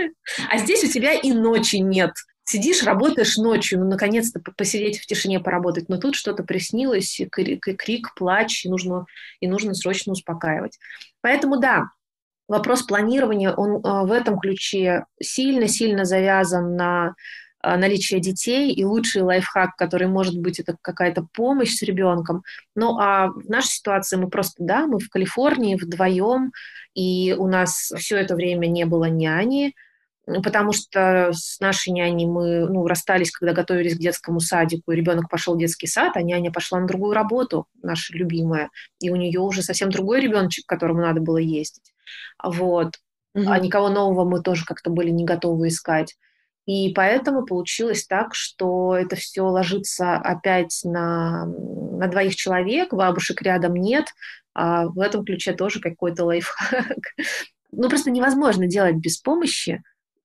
А здесь у тебя и ночи нет. Сидишь, работаешь ночью, ну, наконец-то посидеть в тишине, поработать, но тут что-то приснилось, крик, крик плач, и нужно, и нужно срочно успокаивать. Поэтому, да, вопрос планирования, он в этом ключе сильно-сильно завязан на наличие детей, и лучший лайфхак, который может быть, это какая-то помощь с ребенком. Ну, а в нашей ситуации мы просто, да, мы в Калифорнии вдвоем, и у нас все это время не было няни, потому что с нашей няней мы ну, расстались, когда готовились к детскому садику, и ребенок пошел в детский сад, а няня пошла на другую работу, наша любимая, и у нее уже совсем другой ребеночек, к которому надо было ездить. Вот. Mm-hmm. А никого нового мы тоже как-то были не готовы искать. И поэтому получилось так, что это все ложится опять на, на двоих человек, бабушек рядом нет, а в этом ключе тоже какой-то лайфхак. Ну, просто невозможно делать без помощи.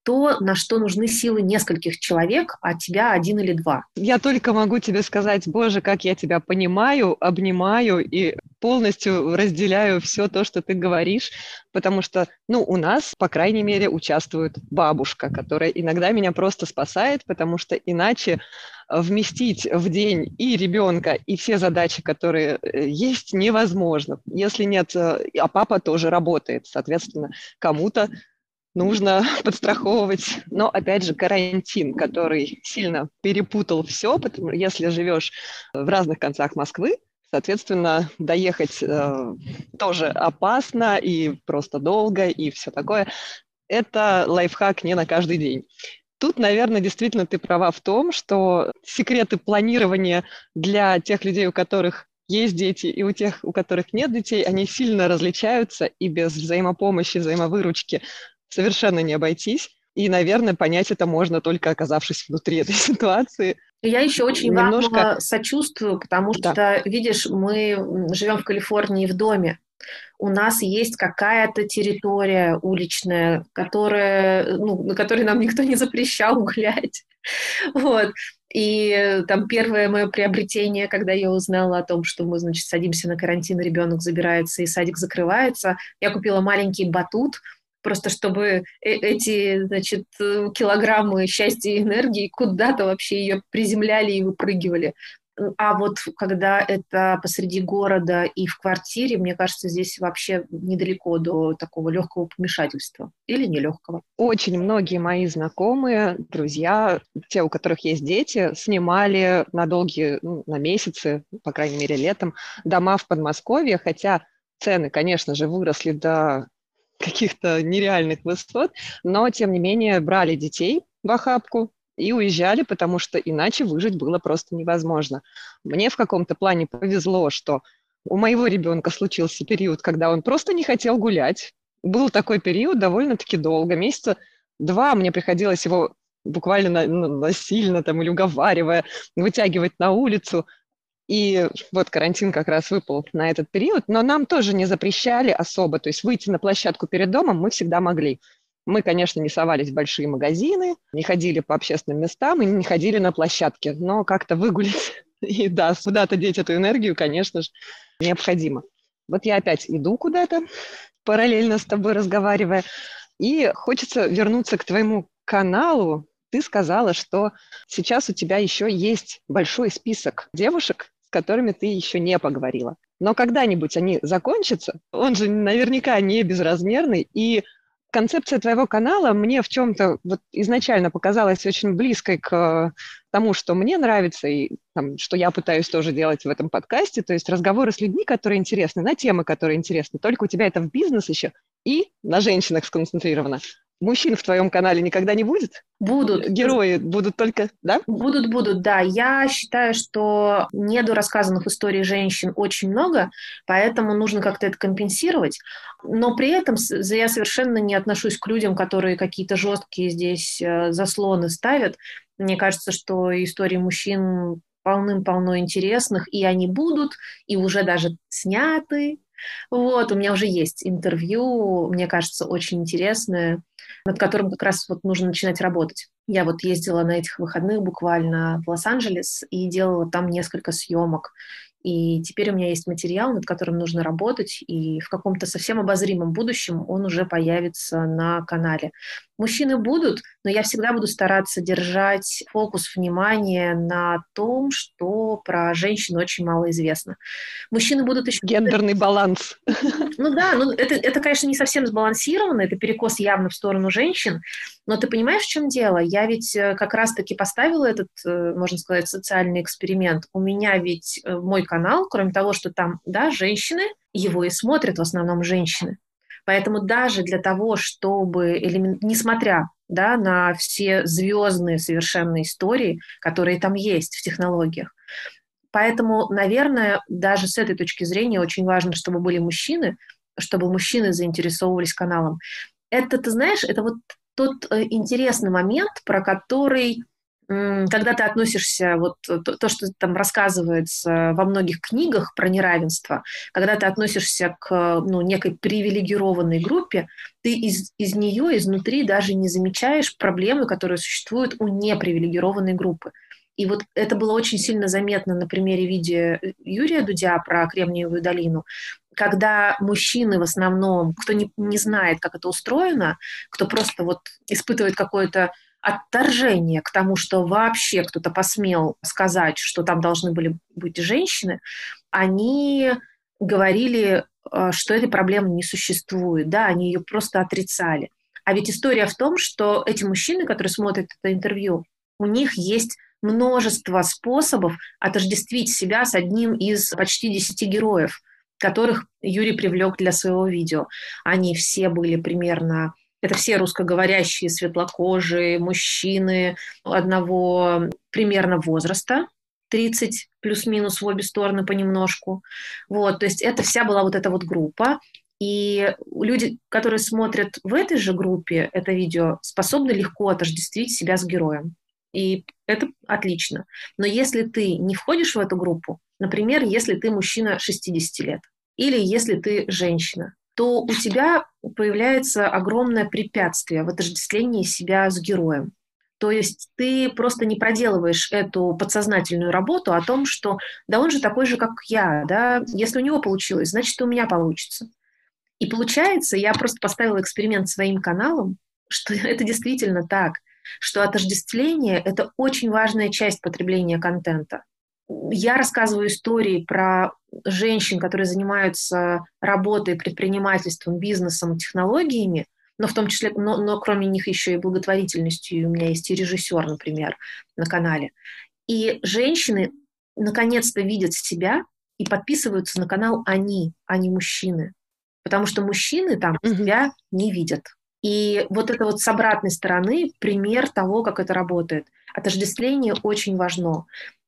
то, на что нужны силы нескольких человек, а тебя один или два. Я только могу тебе сказать, Боже, как я тебя понимаю, обнимаю и полностью разделяю все то, что ты говоришь, потому что, ну, у нас, по крайней мере, участвует бабушка, которая иногда меня просто спасает, потому что иначе вместить в день и ребенка, и все задачи, которые э, есть, невозможно. Если нет, э, а папа тоже работает, соответственно, кому-то нужно подстраховывать. Но, опять же, карантин, который сильно перепутал все, потому что если живешь в разных концах Москвы, соответственно, доехать э, тоже опасно и просто долго, и все такое. Это лайфхак не на каждый день. Тут, наверное, действительно ты права в том, что секреты планирования для тех людей, у которых есть дети, и у тех, у которых нет детей, они сильно различаются, и без взаимопомощи, взаимовыручки совершенно не обойтись. И, наверное, понять это можно только оказавшись внутри этой ситуации. Я еще очень Немножко, вам сочувствую, потому да, что, видишь, мы живем в Калифорнии в доме. У нас есть какая-то территория уличная, которая, ну, на которой нам никто не запрещал гулять. Вот. И там первое мое приобретение, когда я узнала о том, что мы, значит, садимся на карантин, ребенок забирается и садик закрывается, я купила маленький батут, просто чтобы э- эти, значит, э, килограммы счастья и энергии куда-то вообще ее приземляли и выпрыгивали. А вот когда это посреди города и в квартире, мне кажется, здесь вообще недалеко до такого легкого помешательства. Или нелегкого. очень многие мои знакомые, друзья, те, у которых есть дети, снимали на долгие, ну, на месяцы, по крайней мере, летом, дома в Подмосковье, хотя цены, конечно же, выросли до каких-то нереальных высот, но, тем не менее, брали детей в охапку и уезжали, потому что иначе выжить было просто невозможно. Мне в каком-то плане повезло, что у моего ребенка случился период, когда он просто не хотел гулять. Был такой период довольно-таки долго, месяца два мне приходилось его буквально на- ну, насильно там или уговаривая вытягивать на улицу. И вот карантин как раз выпал на этот период, но нам тоже не запрещали особо, то есть выйти на площадку перед домом мы всегда могли. Мы, конечно, не совались в большие магазины, не ходили по общественным местам и не ходили на площадки, но как-то выгулить и, да, куда-то деть эту энергию, конечно же, необходимо. Вот я опять иду куда-то, параллельно с тобой разговаривая, и хочется вернуться к твоему каналу. Ты сказала, что сейчас у тебя еще есть большой список девушек, с которыми ты еще не поговорила. Но когда-нибудь они закончатся, он же наверняка не безразмерный, и концепция твоего канала мне в чем-то вот изначально показалась очень близкой к тому, что мне нравится, и там, что я пытаюсь тоже делать в этом подкасте, то есть разговоры с людьми, которые интересны, на темы, которые интересны. Только у тебя это в бизнес еще и на женщинах сконцентрировано. Мужчин в твоем канале никогда не будет? Будут. Герои будут только, да? Будут, будут, да. Я считаю, что недорассказанных историй женщин очень много, поэтому нужно как-то это компенсировать. Но при этом с- я совершенно не отношусь к людям, которые какие-то жесткие здесь э, заслоны ставят. Мне кажется, что истории мужчин полным-полно интересных, и они будут, и уже даже сняты. Вот, у меня уже есть интервью, мне кажется, очень интересное, над которым как раз вот нужно начинать работать. Я вот ездила на этих выходных буквально в Лос-Анджелес и делала там несколько съемок. И теперь у меня есть материал, над которым нужно работать, и в каком-то совсем обозримом будущем он уже появится на канале. Мужчины будут, но я всегда буду стараться держать фокус внимания на том, что про женщин очень мало известно. Мужчины будут еще... Гендерный баланс. Ну да, ну это, это, конечно, не совсем сбалансировано, это перекос явно в сторону женщин, но ты понимаешь, в чем дело? Я ведь э, как раз-таки поставила этот, э, можно сказать, социальный эксперимент. У меня ведь э, мой канал, кроме того, что там, да, женщины, его и смотрят в основном женщины. Поэтому даже для того, чтобы, элемент- несмотря, да, на все звездные совершенно истории, которые там есть в технологиях, поэтому, наверное, даже с этой точки зрения очень важно, чтобы были мужчины, чтобы мужчины заинтересовывались каналом. Это, ты знаешь, это вот тот э, интересный момент, про который Когда ты относишься, вот то, то, что там рассказывается во многих книгах про неравенство, когда ты относишься к ну, некой привилегированной группе, ты из, из нее, изнутри даже не замечаешь проблемы, которые существуют у непривилегированной группы. И вот это было очень сильно заметно на примере видео Юрия Дудя про Кремниевую долину, когда мужчины в основном, кто не, не знает, как это устроено, кто просто вот испытывает какое-то отторжение к тому, что вообще кто-то посмел сказать, что там должны были быть женщины, они говорили, э, что этой проблемы не существует, да, они ее просто отрицали. А ведь история в том, что эти мужчины, которые смотрят это интервью, у них есть множество способов отождествить себя с одним из почти десяти героев, которых Юрий привлек для своего видео. Они все были примерно... Это все русскоговорящие, светлокожие мужчины одного примерно возраста, тридцать плюс-минус в обе стороны понемножку. Вот, то есть это вся была вот эта вот группа. И люди, которые смотрят в этой же группе это видео, способны легко отождествить себя с героем. И это отлично. Но если ты не входишь в эту группу, например, если ты мужчина шестидесяти лет, или если ты женщина, то у тебя появляется огромное препятствие в отождествлении себя с героем. То есть ты просто не проделываешь эту подсознательную работу о том, что да он же такой же, как я, да, если у него получилось, значит, и у меня получится. И получается, я просто поставила эксперимент своим каналом, что это действительно так, что отождествление – это очень важная часть потребления контента. Я рассказываю истории про женщин, которые занимаются работой, предпринимательством, бизнесом, технологиями, но в том числе, но, но кроме них еще и благотворительностью. И у меня есть и режиссер, например, на канале. И женщины наконец-то видят себя и подписываются на канал они, а не мужчины. Потому что мужчины там Мгм. себя не видят. И вот это вот с обратной стороны пример того, как это работает. Отождествление очень важно.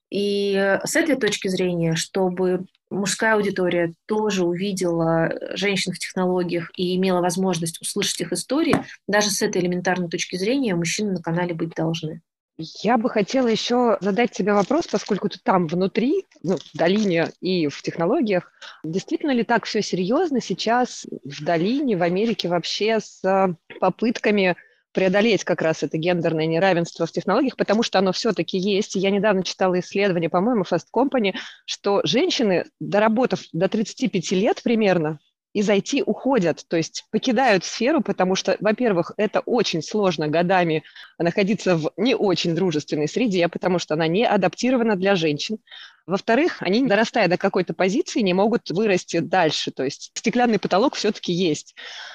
И с этой точки зрения, чтобы мужская аудитория тоже увидела женщин в технологиях и имела возможность услышать их истории, даже с этой элементарной точки зрения мужчины на канале быть должны. Я бы хотела еще задать тебе вопрос, поскольку ты там внутри, ну, в долине и в технологиях. Действительно ли так все серьезно сейчас в долине, в Америке вообще с попытками преодолеть как раз это гендерное неравенство в технологиях, потому что оно все-таки есть. И я недавно читала исследование, по-моему, Fast Company, что женщины, доработав до тридцати пяти лет примерно, из ай ти уходят, то есть покидают сферу, потому что, во-первых, это очень сложно годами находиться в не очень дружественной среде, потому что она не адаптирована для женщин. Во-вторых, они, дорастая до какой-то позиции, не могут вырасти дальше, то есть стеклянный потолок все-таки есть.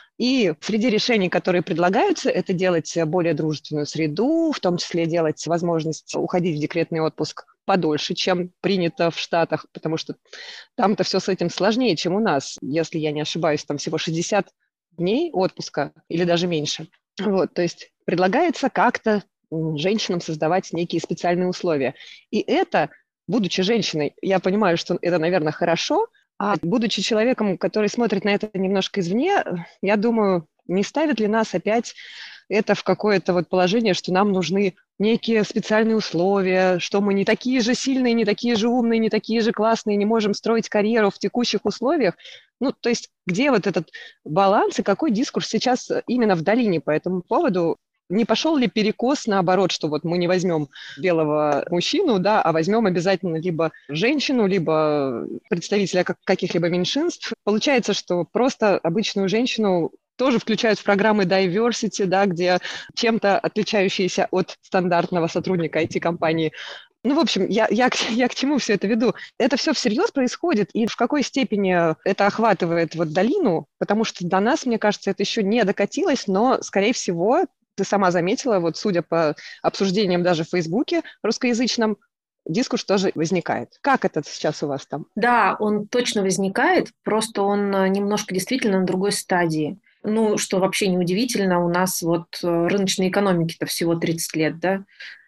И среди решений, которые предлагаются, это делать более дружественную среду, в том числе делать возможность уходить в декретный отпуск подольше, чем принято в Штатах, потому что там-то все с этим сложнее, чем у нас. Если я не ошибаюсь, там всего шестьдесят дней отпуска или даже меньше. Вот, то есть предлагается как-то женщинам создавать некие специальные условия. И это, будучи женщиной, я понимаю, что это, наверное, хорошо, а будучи человеком, который смотрит на это немножко извне, я думаю, не ставит ли нас опять это в какое-то вот положение, что нам нужны некие специальные условия, что мы не такие же сильные, не такие же умные, не такие же классные, не можем строить карьеру в текущих условиях. Ну, то есть где вот этот баланс и какой дискурс сейчас именно в долине по этому поводу? Не пошел ли перекос наоборот, что вот мы не возьмем белого мужчину, да, а возьмем обязательно либо женщину, либо представителя каких-либо меньшинств? Получается, что просто обычную женщину тоже включают в программы diversity, да, где чем-то отличающиеся от стандартного сотрудника ай ти-компании. Ну, в общем, я, я, я к чему все это веду? Это все всерьез происходит, и в какой степени это охватывает вот долину, потому что до нас, мне кажется, это еще не докатилось, но, скорее всего, ты сама заметила, вот судя по обсуждениям даже в Фейсбуке русскоязычном, дискурс тоже возникает. Как это сейчас у вас там? Да, он точно возникает, просто он немножко действительно на другой стадии. Ну, что вообще неудивительно, у нас вот рыночной экономики-то всего тридцать лет, да.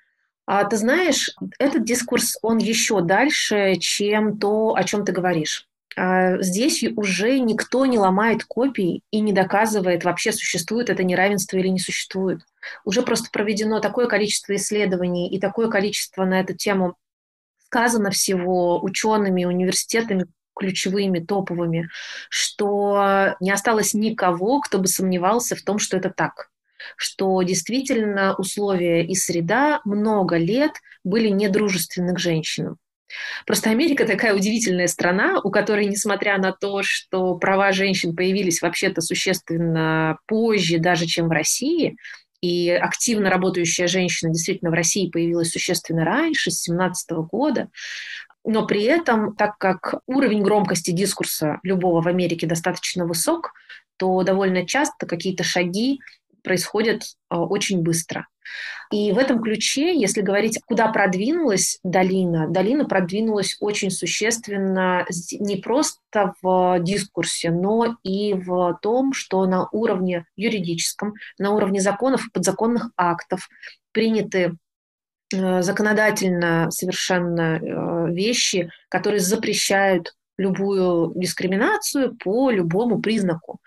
А ты знаешь, этот дискурс, он еще дальше, чем то, о чем ты говоришь. А, Здесь уже никто не ломает копий и не доказывает, вообще существует это неравенство или не существует. Уже просто проведено такое количество исследований и такое количество на эту тему сказано всего учеными, университетами, ключевыми, топовыми, что не осталось никого, кто бы сомневался в том, что это так. Что действительно условия и среда много лет были недружественны к женщинам. Просто Америка такая удивительная страна, у которой, несмотря на то, что права женщин появились вообще-то существенно позже даже, чем в России, и активно работающая женщина действительно в России появилась существенно раньше, с семнадцатого года, но при этом, так как уровень громкости дискурса любого в Америке достаточно высок, то довольно часто какие-то шаги происходят э, очень быстро. И в этом ключе, если говорить, куда продвинулась долина, долина продвинулась очень существенно не просто в дискурсе, но и в том, что на уровне юридическом, на уровне законов и подзаконных актов приняты э, законодательно совершенно э, вещи, которые запрещают любую дискриминацию по любому признаку,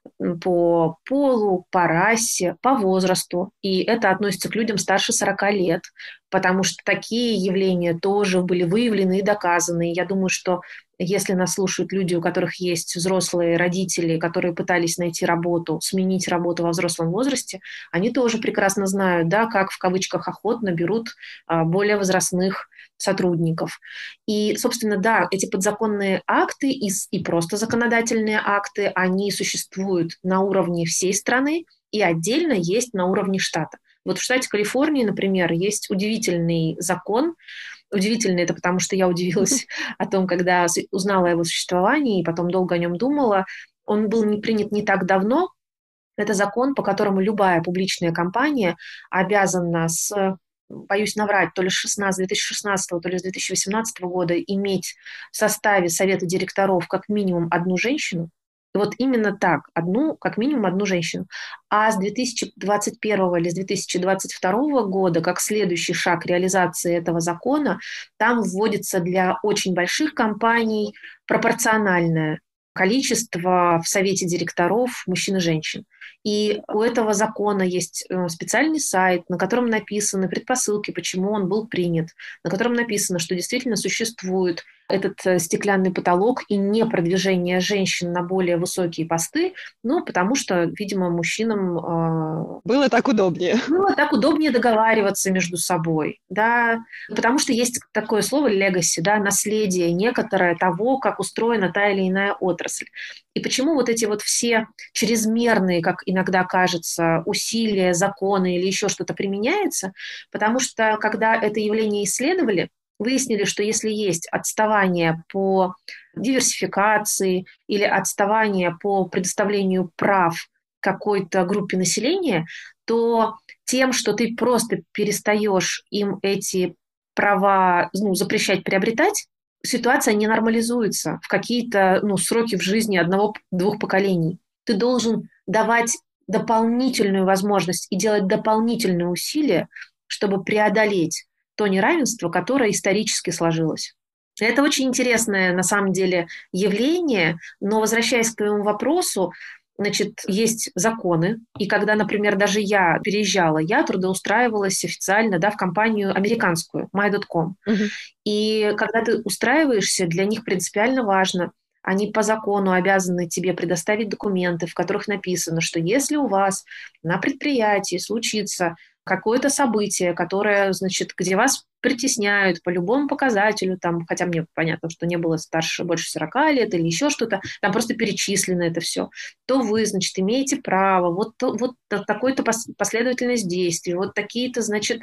по полу, по расе, по возрасту. И это относится к людям старше сорока лет, потому что такие явления тоже были выявлены и доказаны. И я думаю, что если нас слушают люди, у которых есть взрослые родители, которые пытались найти работу, сменить работу во взрослом возрасте, они тоже прекрасно знают, да, как в кавычках охотно берут а, более возрастных сотрудников. И, собственно, да, эти подзаконные акты и, и просто законодательные акты, они существуют на уровне всей страны и отдельно есть на уровне штата. Вот в штате Калифорнии, например, есть удивительный закон. Удивительный это потому, что я удивилась о том, когда узнала о его существовании и потом долго о нем думала. Он был не принят не так давно. Это закон, по которому любая публичная компания обязана с, боюсь наврать, то ли с две тысячи шестнадцатого, то ли с две тысячи восемнадцатого года иметь в составе совета директоров как минимум одну женщину. И вот именно так, одну, как минимум одну женщину. А с две тысячи двадцать первого или с две тысячи двадцать второго года, как следующий шаг реализации этого закона, там вводится для очень больших компаний пропорциональное количество в совете директоров мужчин и женщин. И у этого закона есть специальный сайт, на котором написаны предпосылки, почему он был принят, на котором написано, что действительно существует этот стеклянный потолок и не продвижение женщин на более высокие посты, ну, потому что, видимо, мужчинам... Э, было так удобнее. Было так удобнее договариваться между собой, да, потому что есть такое слово legacy, да, наследие некоторое того, как устроена та или иная отрасль. И почему вот эти вот все чрезмерные, как иногда кажется, усилия, законы или еще что-то применяется, потому что когда это явление исследовали, выяснили, что если есть отставание по диверсификации или отставание по предоставлению прав какой-то группе населения, то тем, что ты просто перестаешь им эти права, ну, запрещать приобретать, ситуация не нормализуется в какие-то, ну, сроки в жизни одного-двух поколений. Ты должен давать дополнительную возможность и делать дополнительные усилия, чтобы преодолеть то неравенство, которое исторически сложилось. Это очень интересное, на самом деле, явление, но, возвращаясь к твоему вопросу, значит, есть законы, и когда, например, даже я переезжала, я трудоустраивалась официально, да, в компанию американскую, май точка ком. Uh-huh. И когда ты устраиваешься, для них принципиально важно, они по закону обязаны тебе предоставить документы, в которых написано, что если у вас на предприятии случится какое-то событие, которое, значит, где вас притесняют по любому показателю, там, хотя мне понятно, что не было старше, больше сорока лет или еще что-то, там просто перечислено это все, то вы, значит, имеете право, вот, вот такой-то последовательность действий, вот такие-то, значит,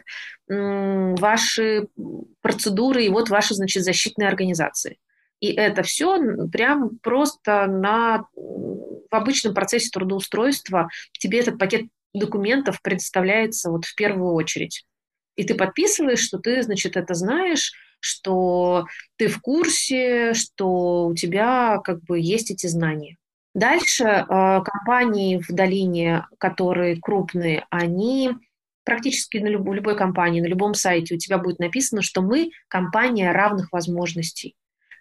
ваши процедуры и вот ваши, значит, защитные организации. И это все прям просто на, в обычном процессе трудоустройства тебе этот пакет документов предоставляется вот в первую очередь. И ты подписываешь, что ты, значит, это знаешь, что ты в курсе, что у тебя как бы есть эти знания. Дальше э, компании в долине, которые крупные, они практически на любой, любой компании, на любом сайте у тебя будет написано, что мы компания равных возможностей.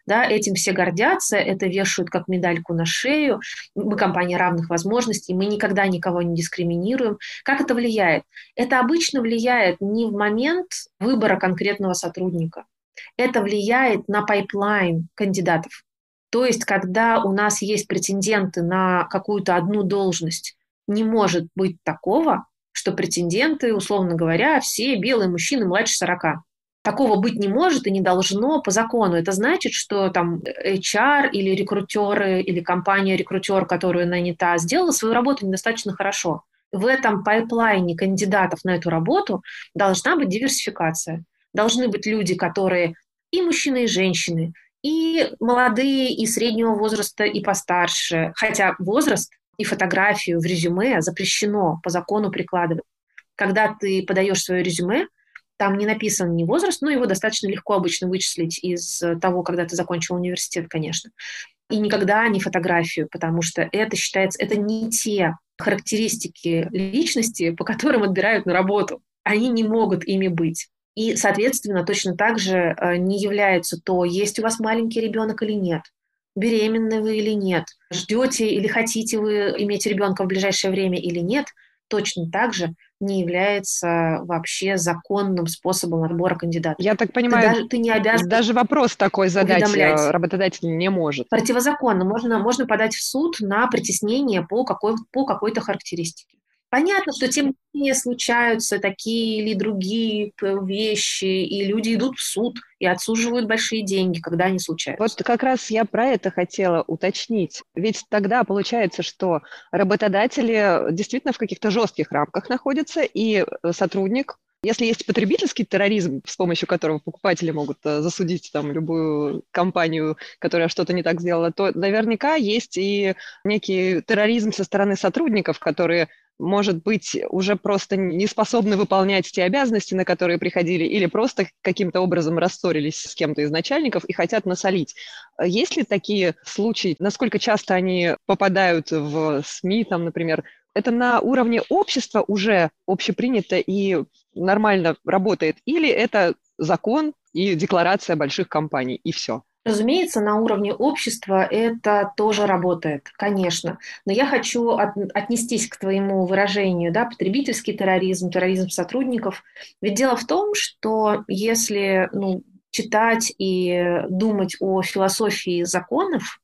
Да, этим все гордятся, это вешают как медальку на шею. Мы компания равных возможностей, мы никогда никого не дискриминируем. Как это влияет? Это обычно влияет не в момент выбора конкретного сотрудника. Это влияет на пайплайн кандидатов. То есть, когда у нас есть претенденты на какую-то одну должность, не может быть такого, что претенденты, условно говоря, все белые мужчины младше сорока. Такого быть не может и не должно по закону. Это значит, что там эйч ар или рекрутеры, или компания-рекрутер, которая нанята, сделала свою работу недостаточно хорошо. В этом пайплайне кандидатов на эту работу должна быть диверсификация. Должны быть люди, которые и мужчины, и женщины, и молодые, и среднего возраста, и постарше. Хотя возраст и фотографию в резюме запрещено по закону прикладывать. Когда ты подаешь свое резюме, там не написан ни возраст, но его достаточно легко обычно вычислить из того, когда ты закончил университет, конечно. И никогда не фотографию, потому что это считается, это не те характеристики личности, по которым отбирают на работу. Они не могут ими быть. И, соответственно, точно так же не является то, есть у вас маленький ребенок или нет, беременны вы или нет, ждете или хотите вы иметь ребенка в ближайшее время или нет, точно так же не является вообще законным способом отбора кандидата. Я так Ты, понимаю, даже, ты не обязан даже вопрос такой задать уведомлять. работодатель не может. Противозаконно. Можно, можно подать в суд на притеснение по, какой, по какой-то характеристике. Понятно, что тем не менее случаются такие или другие вещи, и люди идут в суд и отсуживают большие деньги, когда они случаются. Вот как раз я про это хотела уточнить. Ведь тогда получается, что работодатели действительно в каких-то жестких рамках находятся, и сотрудник, если есть потребительский терроризм, с помощью которого покупатели могут засудить там любую компанию, которая что-то не так сделала, то наверняка есть и некий терроризм со стороны сотрудников, которые, может быть, уже просто не способны выполнять те обязанности, на которые приходили, или просто каким-то образом рассорились с кем-то из начальников и хотят насолить. Есть ли такие случаи? Насколько часто они попадают в СМИ, там, например? Это на уровне общества уже общепринято и нормально работает? Или это закон и декларация больших компаний, и все? Разумеется, на уровне общества это тоже работает, конечно. Но я хочу от, отнестись к твоему выражению, да, потребительский терроризм, терроризм сотрудников. Ведь дело в том, что если ну, читать и думать о философии законов,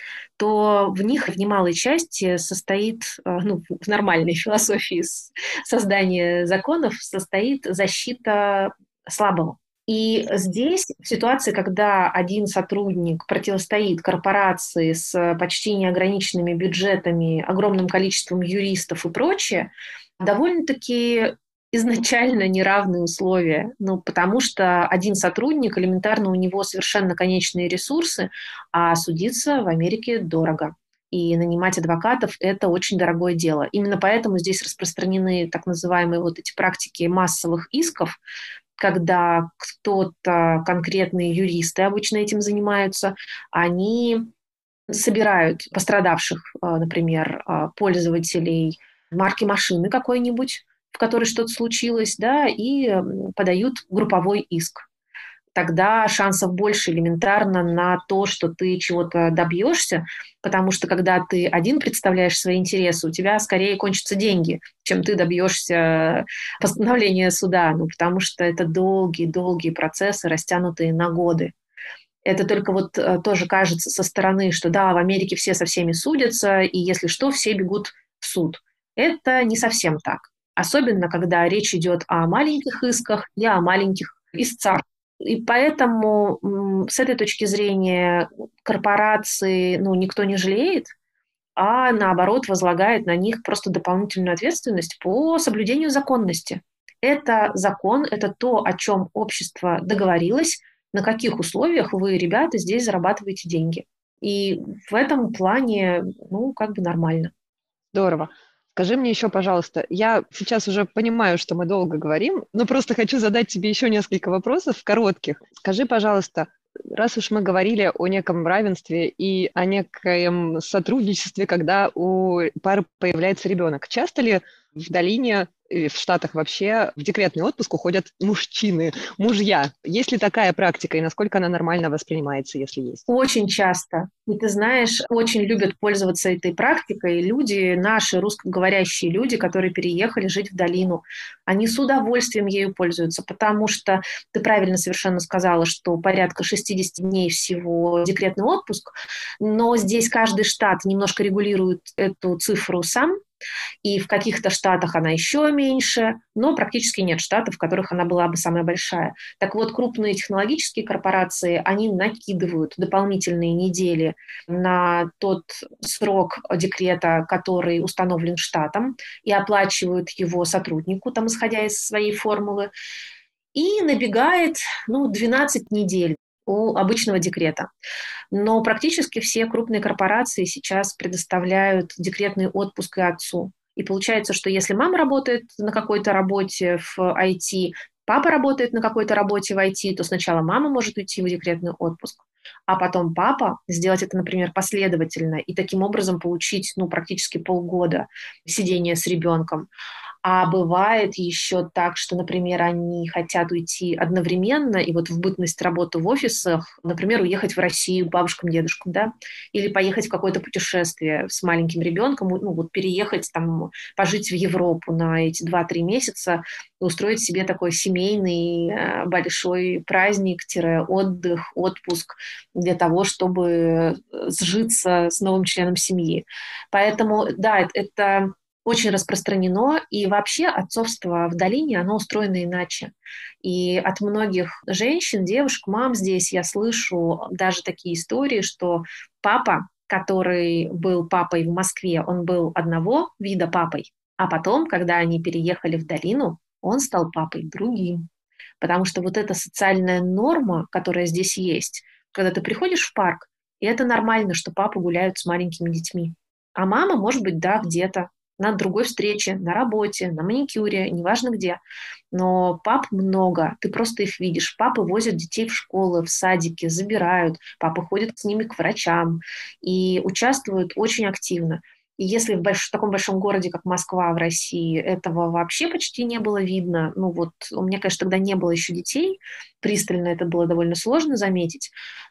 то в них в немалой части состоит, ну, в нормальной философии создания законов состоит защита слабого. И здесь в ситуации, когда один сотрудник противостоит корпорации с почти неограниченными бюджетами, огромным количеством юристов и прочее, довольно-таки изначально неравные условия. Ну, потому что один сотрудник, элементарно у него совершенно конечные ресурсы, а судиться в Америке дорого. И нанимать адвокатов – это очень дорогое дело. Именно поэтому здесь распространены так называемые вот эти практики массовых исков, когда кто-то, конкретные юристы обычно этим занимаются, они собирают пострадавших, например, пользователей марки машины какой-нибудь, в которой что-то случилось, да, и подают групповой иск. Тогда шансов больше элементарно на то, что ты чего-то добьешься, потому что когда ты один представляешь свои интересы, у тебя скорее кончатся деньги, чем ты добьешься постановления суда, ну, потому что это долгие-долгие процессы, растянутые на годы. Это только вот тоже кажется со стороны, что да, в Америке все со всеми судятся, и если что, все бегут в суд. Это не совсем так. Особенно, когда речь идет о маленьких исках и о маленьких истцах. И поэтому с этой точки зрения корпорации ну, никто не жалеет, а наоборот возлагает на них просто дополнительную ответственность по соблюдению законности. Это закон, это то, о чем общество договорилось, на каких условиях вы, ребята, здесь зарабатываете деньги. И в этом плане, ну, как бы нормально. Здорово. Скажи мне еще, пожалуйста, я сейчас уже понимаю, что мы долго говорим, но просто хочу задать тебе еще несколько вопросов коротких. Скажи, пожалуйста, раз уж мы говорили о неком равенстве и о некоем сотрудничестве, когда у пары появляется ребенок, часто ли в долине и в Штатах вообще в декретный отпуск уходят мужчины, мужья. Есть ли такая практика и насколько она нормально воспринимается, если есть? Очень часто. И ты знаешь, очень любят пользоваться этой практикой люди, наши русскоговорящие люди, которые переехали жить в долину. Они с удовольствием ею пользуются, потому что ты правильно совершенно сказала, что порядка шестьдесят дней всего декретный отпуск, но здесь каждый штат немножко регулирует эту цифру сам, и в каких-то штатах она еще меньше, но практически нет штатов, в которых она была бы самая большая. Так вот, крупные технологические корпорации, они накидывают дополнительные недели на тот срок декрета, который установлен штатом, и оплачивают его сотруднику, там, исходя из своей формулы, и набегает ну, двенадцать недель у обычного декрета. Но практически все крупные корпорации сейчас предоставляют декретный отпуск и отцу. И получается, что если мама работает на какой-то работе в ай ти, папа работает на какой-то работе в ай ти, то сначала мама может уйти в декретный отпуск, а потом папа сделать это, например, последовательно и таким образом получить ну, практически полгода сидения с ребенком. А бывает еще так, что, например, они хотят уйти одновременно, и вот в бытность работы в офисах, например, уехать в Россию к бабушкам, дедушкам, да, или поехать в какое-то путешествие с маленьким ребенком, ну вот переехать там, пожить в Европу на эти два-три месяца, устроить себе такой семейный э, большой праздник-отдых, отпуск для того, чтобы сжиться с новым членом семьи. Поэтому, да, это, это очень распространено, и вообще отцовство в долине, оно устроено иначе. И от многих женщин, девушек, мам здесь я слышу даже такие истории, что папа, который был папой в Москве, он был одного вида папой, а потом, когда они переехали в долину, он стал папой другим. Потому что вот эта социальная норма, которая здесь есть, когда ты приходишь в парк, и это нормально, что папы гуляют с маленькими детьми. А мама, может быть, да, где-то на другой встрече, на работе, на маникюре, неважно где. Но пап много, ты просто их видишь. Папы возят детей в школы, в садики, забирают, папы ходят с ними к врачам и участвуют очень активно. И если в, больш... в таком большом городе, как Москва в России, этого вообще почти не было видно, ну вот у меня, конечно, тогда не было еще детей, пристально это было довольно сложно заметить,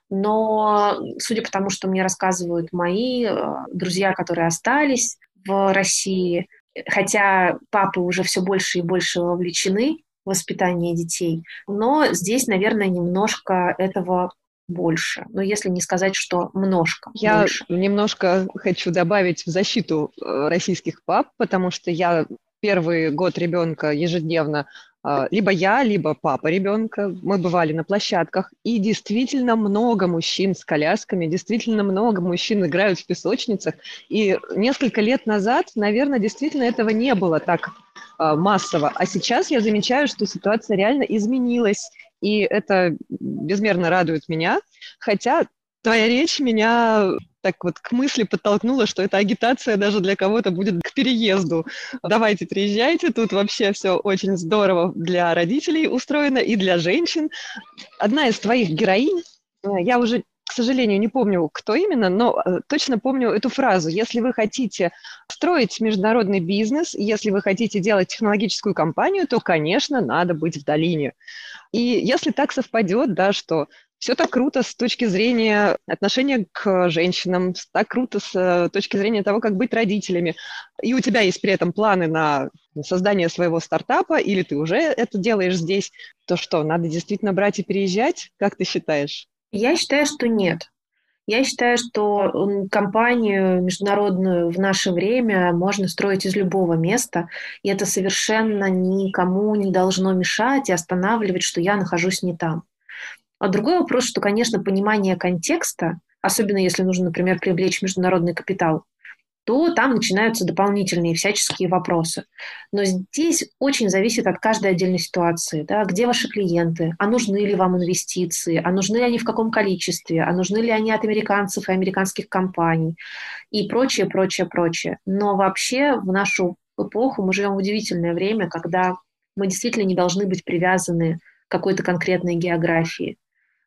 но судя по тому, что мне рассказывают мои э, друзья, которые остались в России, хотя папы уже все больше и больше вовлечены в воспитание детей, но здесь, наверное, немножко этого больше. Но если не сказать, что множко Я больше. немножко хочу добавить в защиту э, российских пап, потому что я первый год ребенка ежедневно э, либо я, либо папа ребенка, мы бывали на площадках, и действительно много мужчин с колясками, действительно много мужчин играют в песочницах, и несколько лет назад, наверное, действительно этого не было так э, массово, а сейчас я замечаю, что ситуация реально изменилась, и это безмерно радует меня, хотя твоя речь меня так вот к мысли подтолкнула, что эта агитация даже для кого-то будет к переезду. Давайте приезжайте, тут вообще все очень здорово для родителей устроено и для женщин. Одна из твоих героинь, я уже, к сожалению, не помню, кто именно, но точно помню эту фразу. Если вы хотите строить международный бизнес, если вы хотите делать технологическую компанию, то, конечно, надо быть в долине. И если так совпадет, да, что все так круто с точки зрения отношения к женщинам, так круто с точки зрения того, как быть родителями, и у тебя есть при этом планы на создание своего стартапа, или ты уже это делаешь здесь, то что, надо действительно брать и переезжать? Как ты считаешь? Я считаю, что нет. Я считаю, что компанию международную в наше время можно строить из любого места, и это совершенно никому не должно мешать и останавливать, что я нахожусь не там. А другой вопрос, что, конечно, понимание контекста, особенно если нужно, например, привлечь международный капитал, то там начинаются дополнительные всяческие вопросы. Но здесь очень зависит от каждой отдельной ситуации. Да? Где ваши клиенты? А нужны ли вам инвестиции? А нужны ли они в каком количестве? А нужны ли они от американцев и американских компаний? И прочее, прочее, прочее. Но вообще в нашу эпоху мы живем в удивительное время, когда мы действительно не должны быть привязаны к какой-то конкретной географии.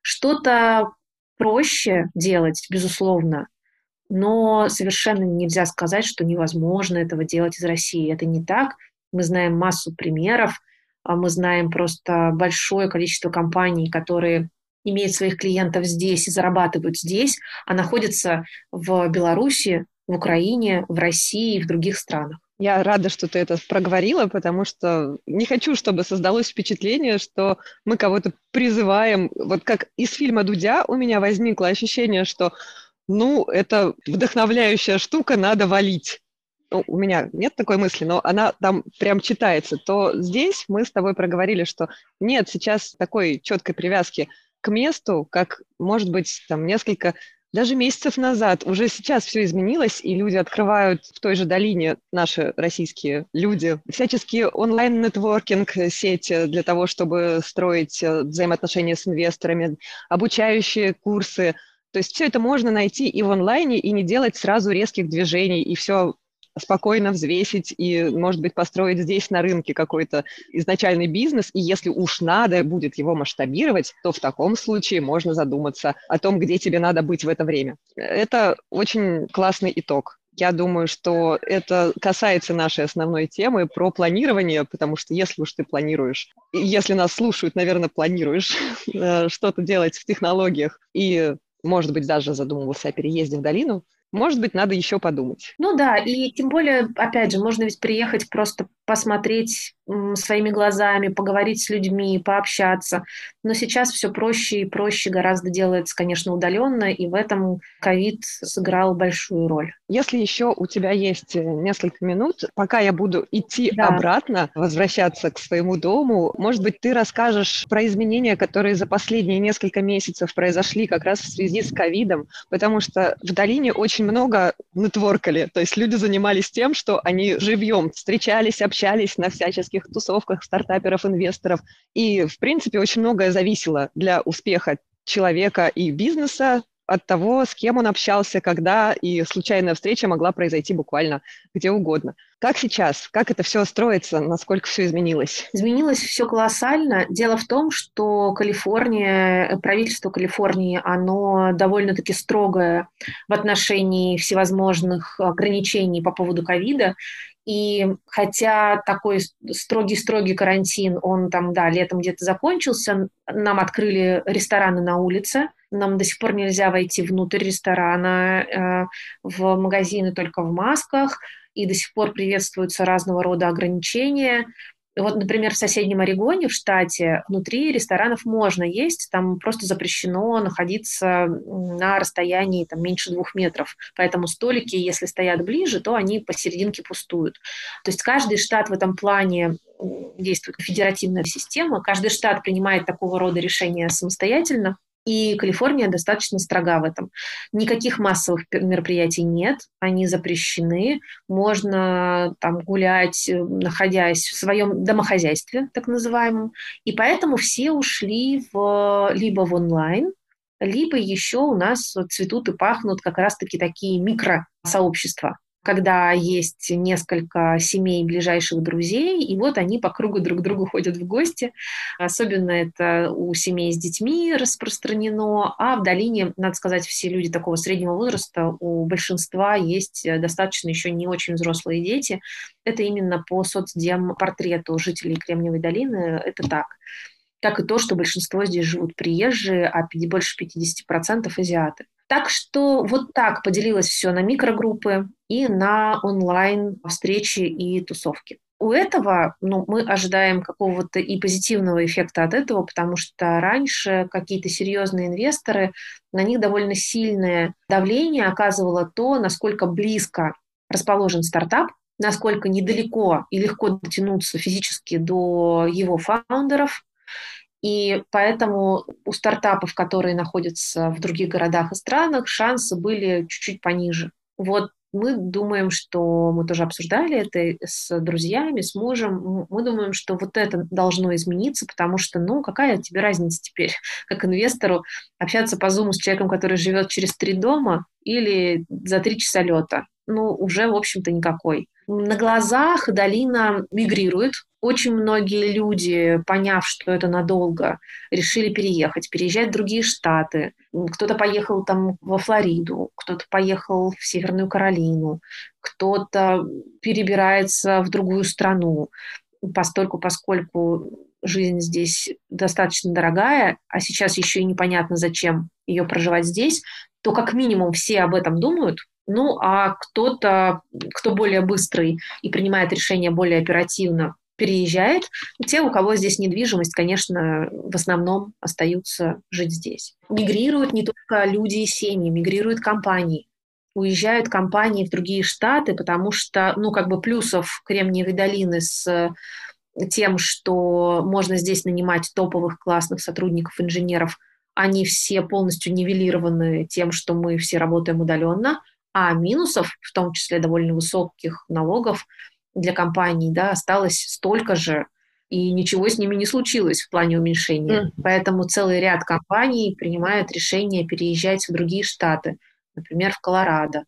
Что-то проще делать, безусловно, но совершенно нельзя сказать, что невозможно этого делать из России. Это не так. Мы знаем массу примеров, а мы знаем просто большое количество компаний, которые имеют своих клиентов здесь и зарабатывают здесь, а находятся в Беларуси, в Украине, в России и в других странах. Я рада, что ты это проговорила, потому что не хочу, чтобы создалось впечатление, что мы кого-то призываем. Вот как из фильма «Дудя» у меня возникло ощущение, что, ну, это вдохновляющая штука, надо валить. Ну, у меня нет такой мысли, но она там прям читается. То здесь мы с тобой проговорили, что нет сейчас такой четкой привязки к месту, как, может быть, там несколько даже месяцев назад. Уже сейчас все изменилось, и люди открывают в той же долине, наши российские люди, всяческие онлайн-нетворкинг сети для того, чтобы строить взаимоотношения с инвесторами, обучающие курсы. То есть все это можно найти и в онлайне, и не делать сразу резких движений, и все спокойно взвесить и, может быть, построить здесь на рынке какой-то изначальный бизнес, и если уж надо будет его масштабировать, то в таком случае можно задуматься о том, где тебе надо быть в это время. Это очень классный итог. Я думаю, что это касается нашей основной темы про планирование, потому что если уж ты планируешь, и если нас слушают, наверное, планируешь что-то делать в технологиях и, может быть, даже задумывался о переезде в долину, может быть, надо еще подумать. Ну да, и тем более, опять же, можно ведь приехать просто посмотреть м, своими глазами, поговорить с людьми, пообщаться. Но сейчас все проще и проще гораздо делается, конечно, удаленно, и в этом ковид сыграл большую роль. Если еще у тебя есть несколько минут, пока я буду идти Да. обратно, возвращаться к своему дому, может быть, ты расскажешь про изменения, которые за последние несколько месяцев произошли как раз в связи с ковидом, потому что в долине очень много нетворкали, то есть люди занимались тем, что они живьем встречались, общались на всяческих тусовках стартаперов, инвесторов, и, в принципе, очень многое зависело для успеха человека и бизнеса от того, с кем он общался, когда, и случайная встреча могла произойти буквально где угодно. Как сейчас? Как это все строится? Насколько все изменилось? Изменилось все колоссально. Дело в том, что Калифорния, правительство Калифорнии, оно довольно-таки строгое в отношении всевозможных ограничений по поводу ковида. И хотя такой строгий-строгий карантин, он там, да, летом где-то закончился, нам открыли рестораны на улице, нам до сих пор нельзя войти внутрь ресторана, э, в магазины только в масках, и до сих пор приветствуются разного рода ограничения. Вот, например, в соседнем Орегоне, в штате, внутри ресторанов можно есть, там просто запрещено находиться на расстоянии там, меньше двух метров. Поэтому столики, если стоят ближе, то они посерединке пустуют. То есть каждый штат в этом плане действует федеративная система, каждый штат принимает такого рода решения самостоятельно. И Калифорния достаточно строга в этом. Никаких массовых мероприятий нет, они запрещены. Можно там гулять, находясь в своем домохозяйстве, так называемом. И поэтому все ушли в, либо в онлайн, либо еще у нас цветут и пахнут как раз-таки такие микросообщества, когда есть несколько семей ближайших друзей, и вот они по кругу друг к другу ходят в гости. Особенно это у семей с детьми распространено, а в долине, надо сказать, все люди такого среднего возраста, у большинства есть достаточно еще не очень взрослые дети. Это именно по соцдемпортрету жителей Кремниевой долины, это так. Как и то, что большинство здесь живут приезжие, а больше пятьдесят процентов азиаты. Так что вот так поделилось все на микрогруппы и на онлайн-встречи и тусовки. У этого ну, мы ожидаем какого-то и позитивного эффекта от этого, потому что раньше какие-то серьезные инвесторы, на них довольно сильное давление оказывало то, насколько близко расположен стартап, насколько недалеко и легко дотянуться физически до его фаундеров. И поэтому у стартапов, которые находятся в других городах и странах, шансы были чуть-чуть пониже. Вот мы думаем, что мы тоже обсуждали это с друзьями, с мужем. Мы думаем, что вот это должно измениться, потому что, ну, какая тебе разница теперь, как инвестору, общаться по зуму с человеком, который живет через три дома или за три часа лета? Ну, уже, в общем-то, никакой. На глазах долина мигрирует. Очень многие люди, поняв, что это надолго, решили переехать, переезжать в другие штаты. Кто-то поехал там во Флориду, кто-то поехал в Северную Каролину, кто-то перебирается в другую страну, постольку, поскольку жизнь здесь достаточно дорогая, а сейчас еще и непонятно, зачем ее проживать здесь, то как минимум все об этом думают. Ну, а кто-то, кто более быстрый и принимает решения более оперативно, переезжает. Те, у кого здесь недвижимость, конечно, в основном остаются жить здесь. Мигрируют не только люди и семьи, мигрируют компании. Уезжают компании в другие штаты, потому что, ну, как бы плюсов Кремниевой долины с тем, что можно здесь нанимать топовых классных сотрудников, инженеров, они все полностью нивелированы тем, что мы все работаем удаленно, а минусов, в том числе довольно высоких налогов для компаний, да, осталось столько же, и ничего с ними не случилось в плане уменьшения. Mm. Поэтому целый ряд компаний принимает решение переезжать в другие штаты, например, в Колорадо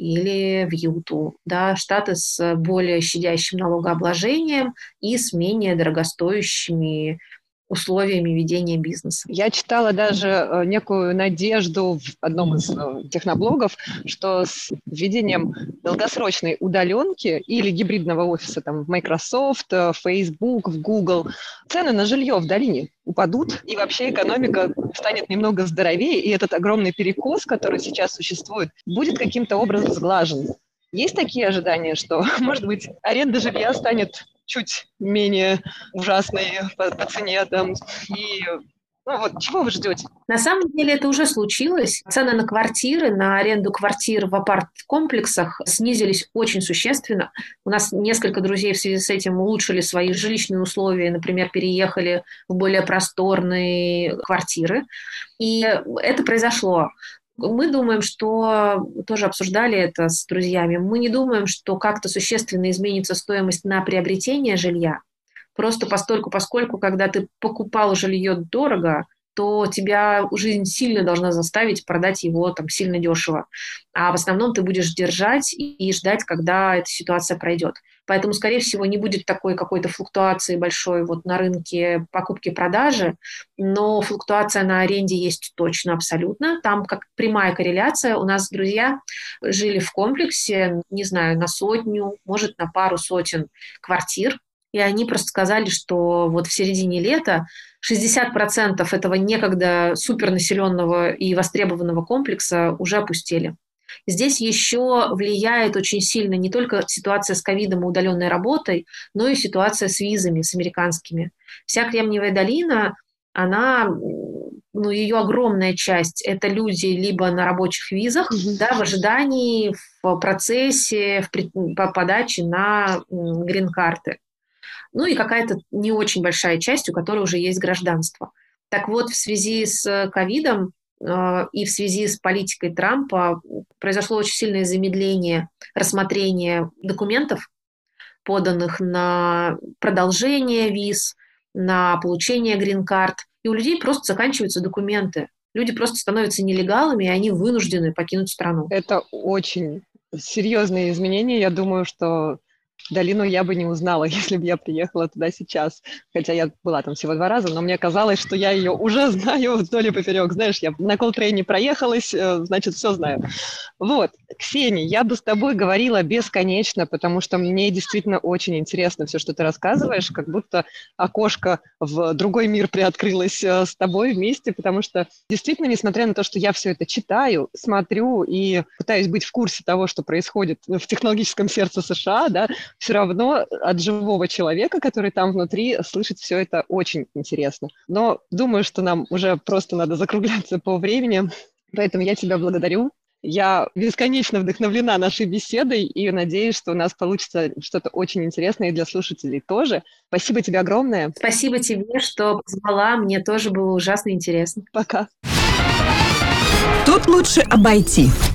или в Юту, да, штаты с более щадящим налогообложением и с менее дорогостоящими условиями ведения бизнеса. Я читала даже некую надежду в одном из техноблогов, что с введением долгосрочной удаленки или гибридного офиса там, в Microsoft, в Facebook, в Google, цены на жилье в долине упадут, и вообще экономика станет немного здоровее, и этот огромный перекос, который сейчас существует, будет каким-то образом сглажен. Есть такие ожидания, что, может быть, аренда жилья станет чуть менее ужасной по, по цене там, и ну вот, чего вы ждете? На самом деле это уже случилось. Цены на квартиры, на аренду квартир в апарт-комплексах снизились очень существенно. У нас несколько друзей в связи с этим улучшили свои жилищные условия, например, переехали в более просторные квартиры. И это произошло. Мы думаем, что, тоже обсуждали это с друзьями, мы не думаем, что как-то существенно изменится стоимость на приобретение жилья. Просто постольку, поскольку, когда ты покупал жилье дорого, то тебя жизнь сильно должна заставить продать его там сильно дешево. А в основном ты будешь держать и ждать, когда эта ситуация пройдет. Поэтому, скорее всего, не будет такой какой-то флуктуации большой вот на рынке покупки-продажи, но флуктуация на аренде есть точно, абсолютно. Там как прямая корреляция. У нас друзья жили в комплексе, не знаю, на сотню, может, на пару сотен квартир, и они просто сказали, что вот в середине лета шестьдесят процентов этого некогда супернаселенного и востребованного комплекса уже опустели. Здесь еще влияет очень сильно не только ситуация с ковидом и удаленной работой, но и ситуация с визами, с американскими. Вся Кремниевая долина, она, ну, ее огромная часть – это люди либо на рабочих визах, mm-hmm. да, в ожидании, в процессе, в при, по подаче на грин-карты. Ну и какая-то не очень большая часть, у которой уже есть гражданство. Так вот, в связи с ковидом э, и в связи с политикой Трампа произошло очень сильное замедление рассмотрения документов, поданных на продолжение виз, на получение грин-карт. И у людей просто заканчиваются документы. Люди просто становятся нелегалами, и они вынуждены покинуть страну. Это очень серьезные изменения. Я думаю, что долину я бы не узнала, если бы я приехала туда сейчас. Хотя я была там всего два раза, но мне казалось, что я ее уже знаю вдоль и поперек. Знаешь, я на Колтрейне проехалась, значит, все знаю. Вот, Ксения, я бы с тобой говорила бесконечно, потому что мне действительно очень интересно все, что ты рассказываешь, как будто окошко в другой мир приоткрылось с тобой вместе, потому что действительно, несмотря на то, что я все это читаю, смотрю и пытаюсь быть в курсе того, что происходит в технологическом сердце США, да, все равно от живого человека, который там внутри, слышать все это очень интересно. Но думаю, что нам уже просто надо закругляться по времени, поэтому я тебя благодарю. Я бесконечно вдохновлена нашей беседой и надеюсь, что у нас получится что-то очень интересное и для слушателей тоже. Спасибо тебе огромное. Спасибо тебе, что позвала. Мне тоже было ужасно интересно. Пока. Тут лучше обойти.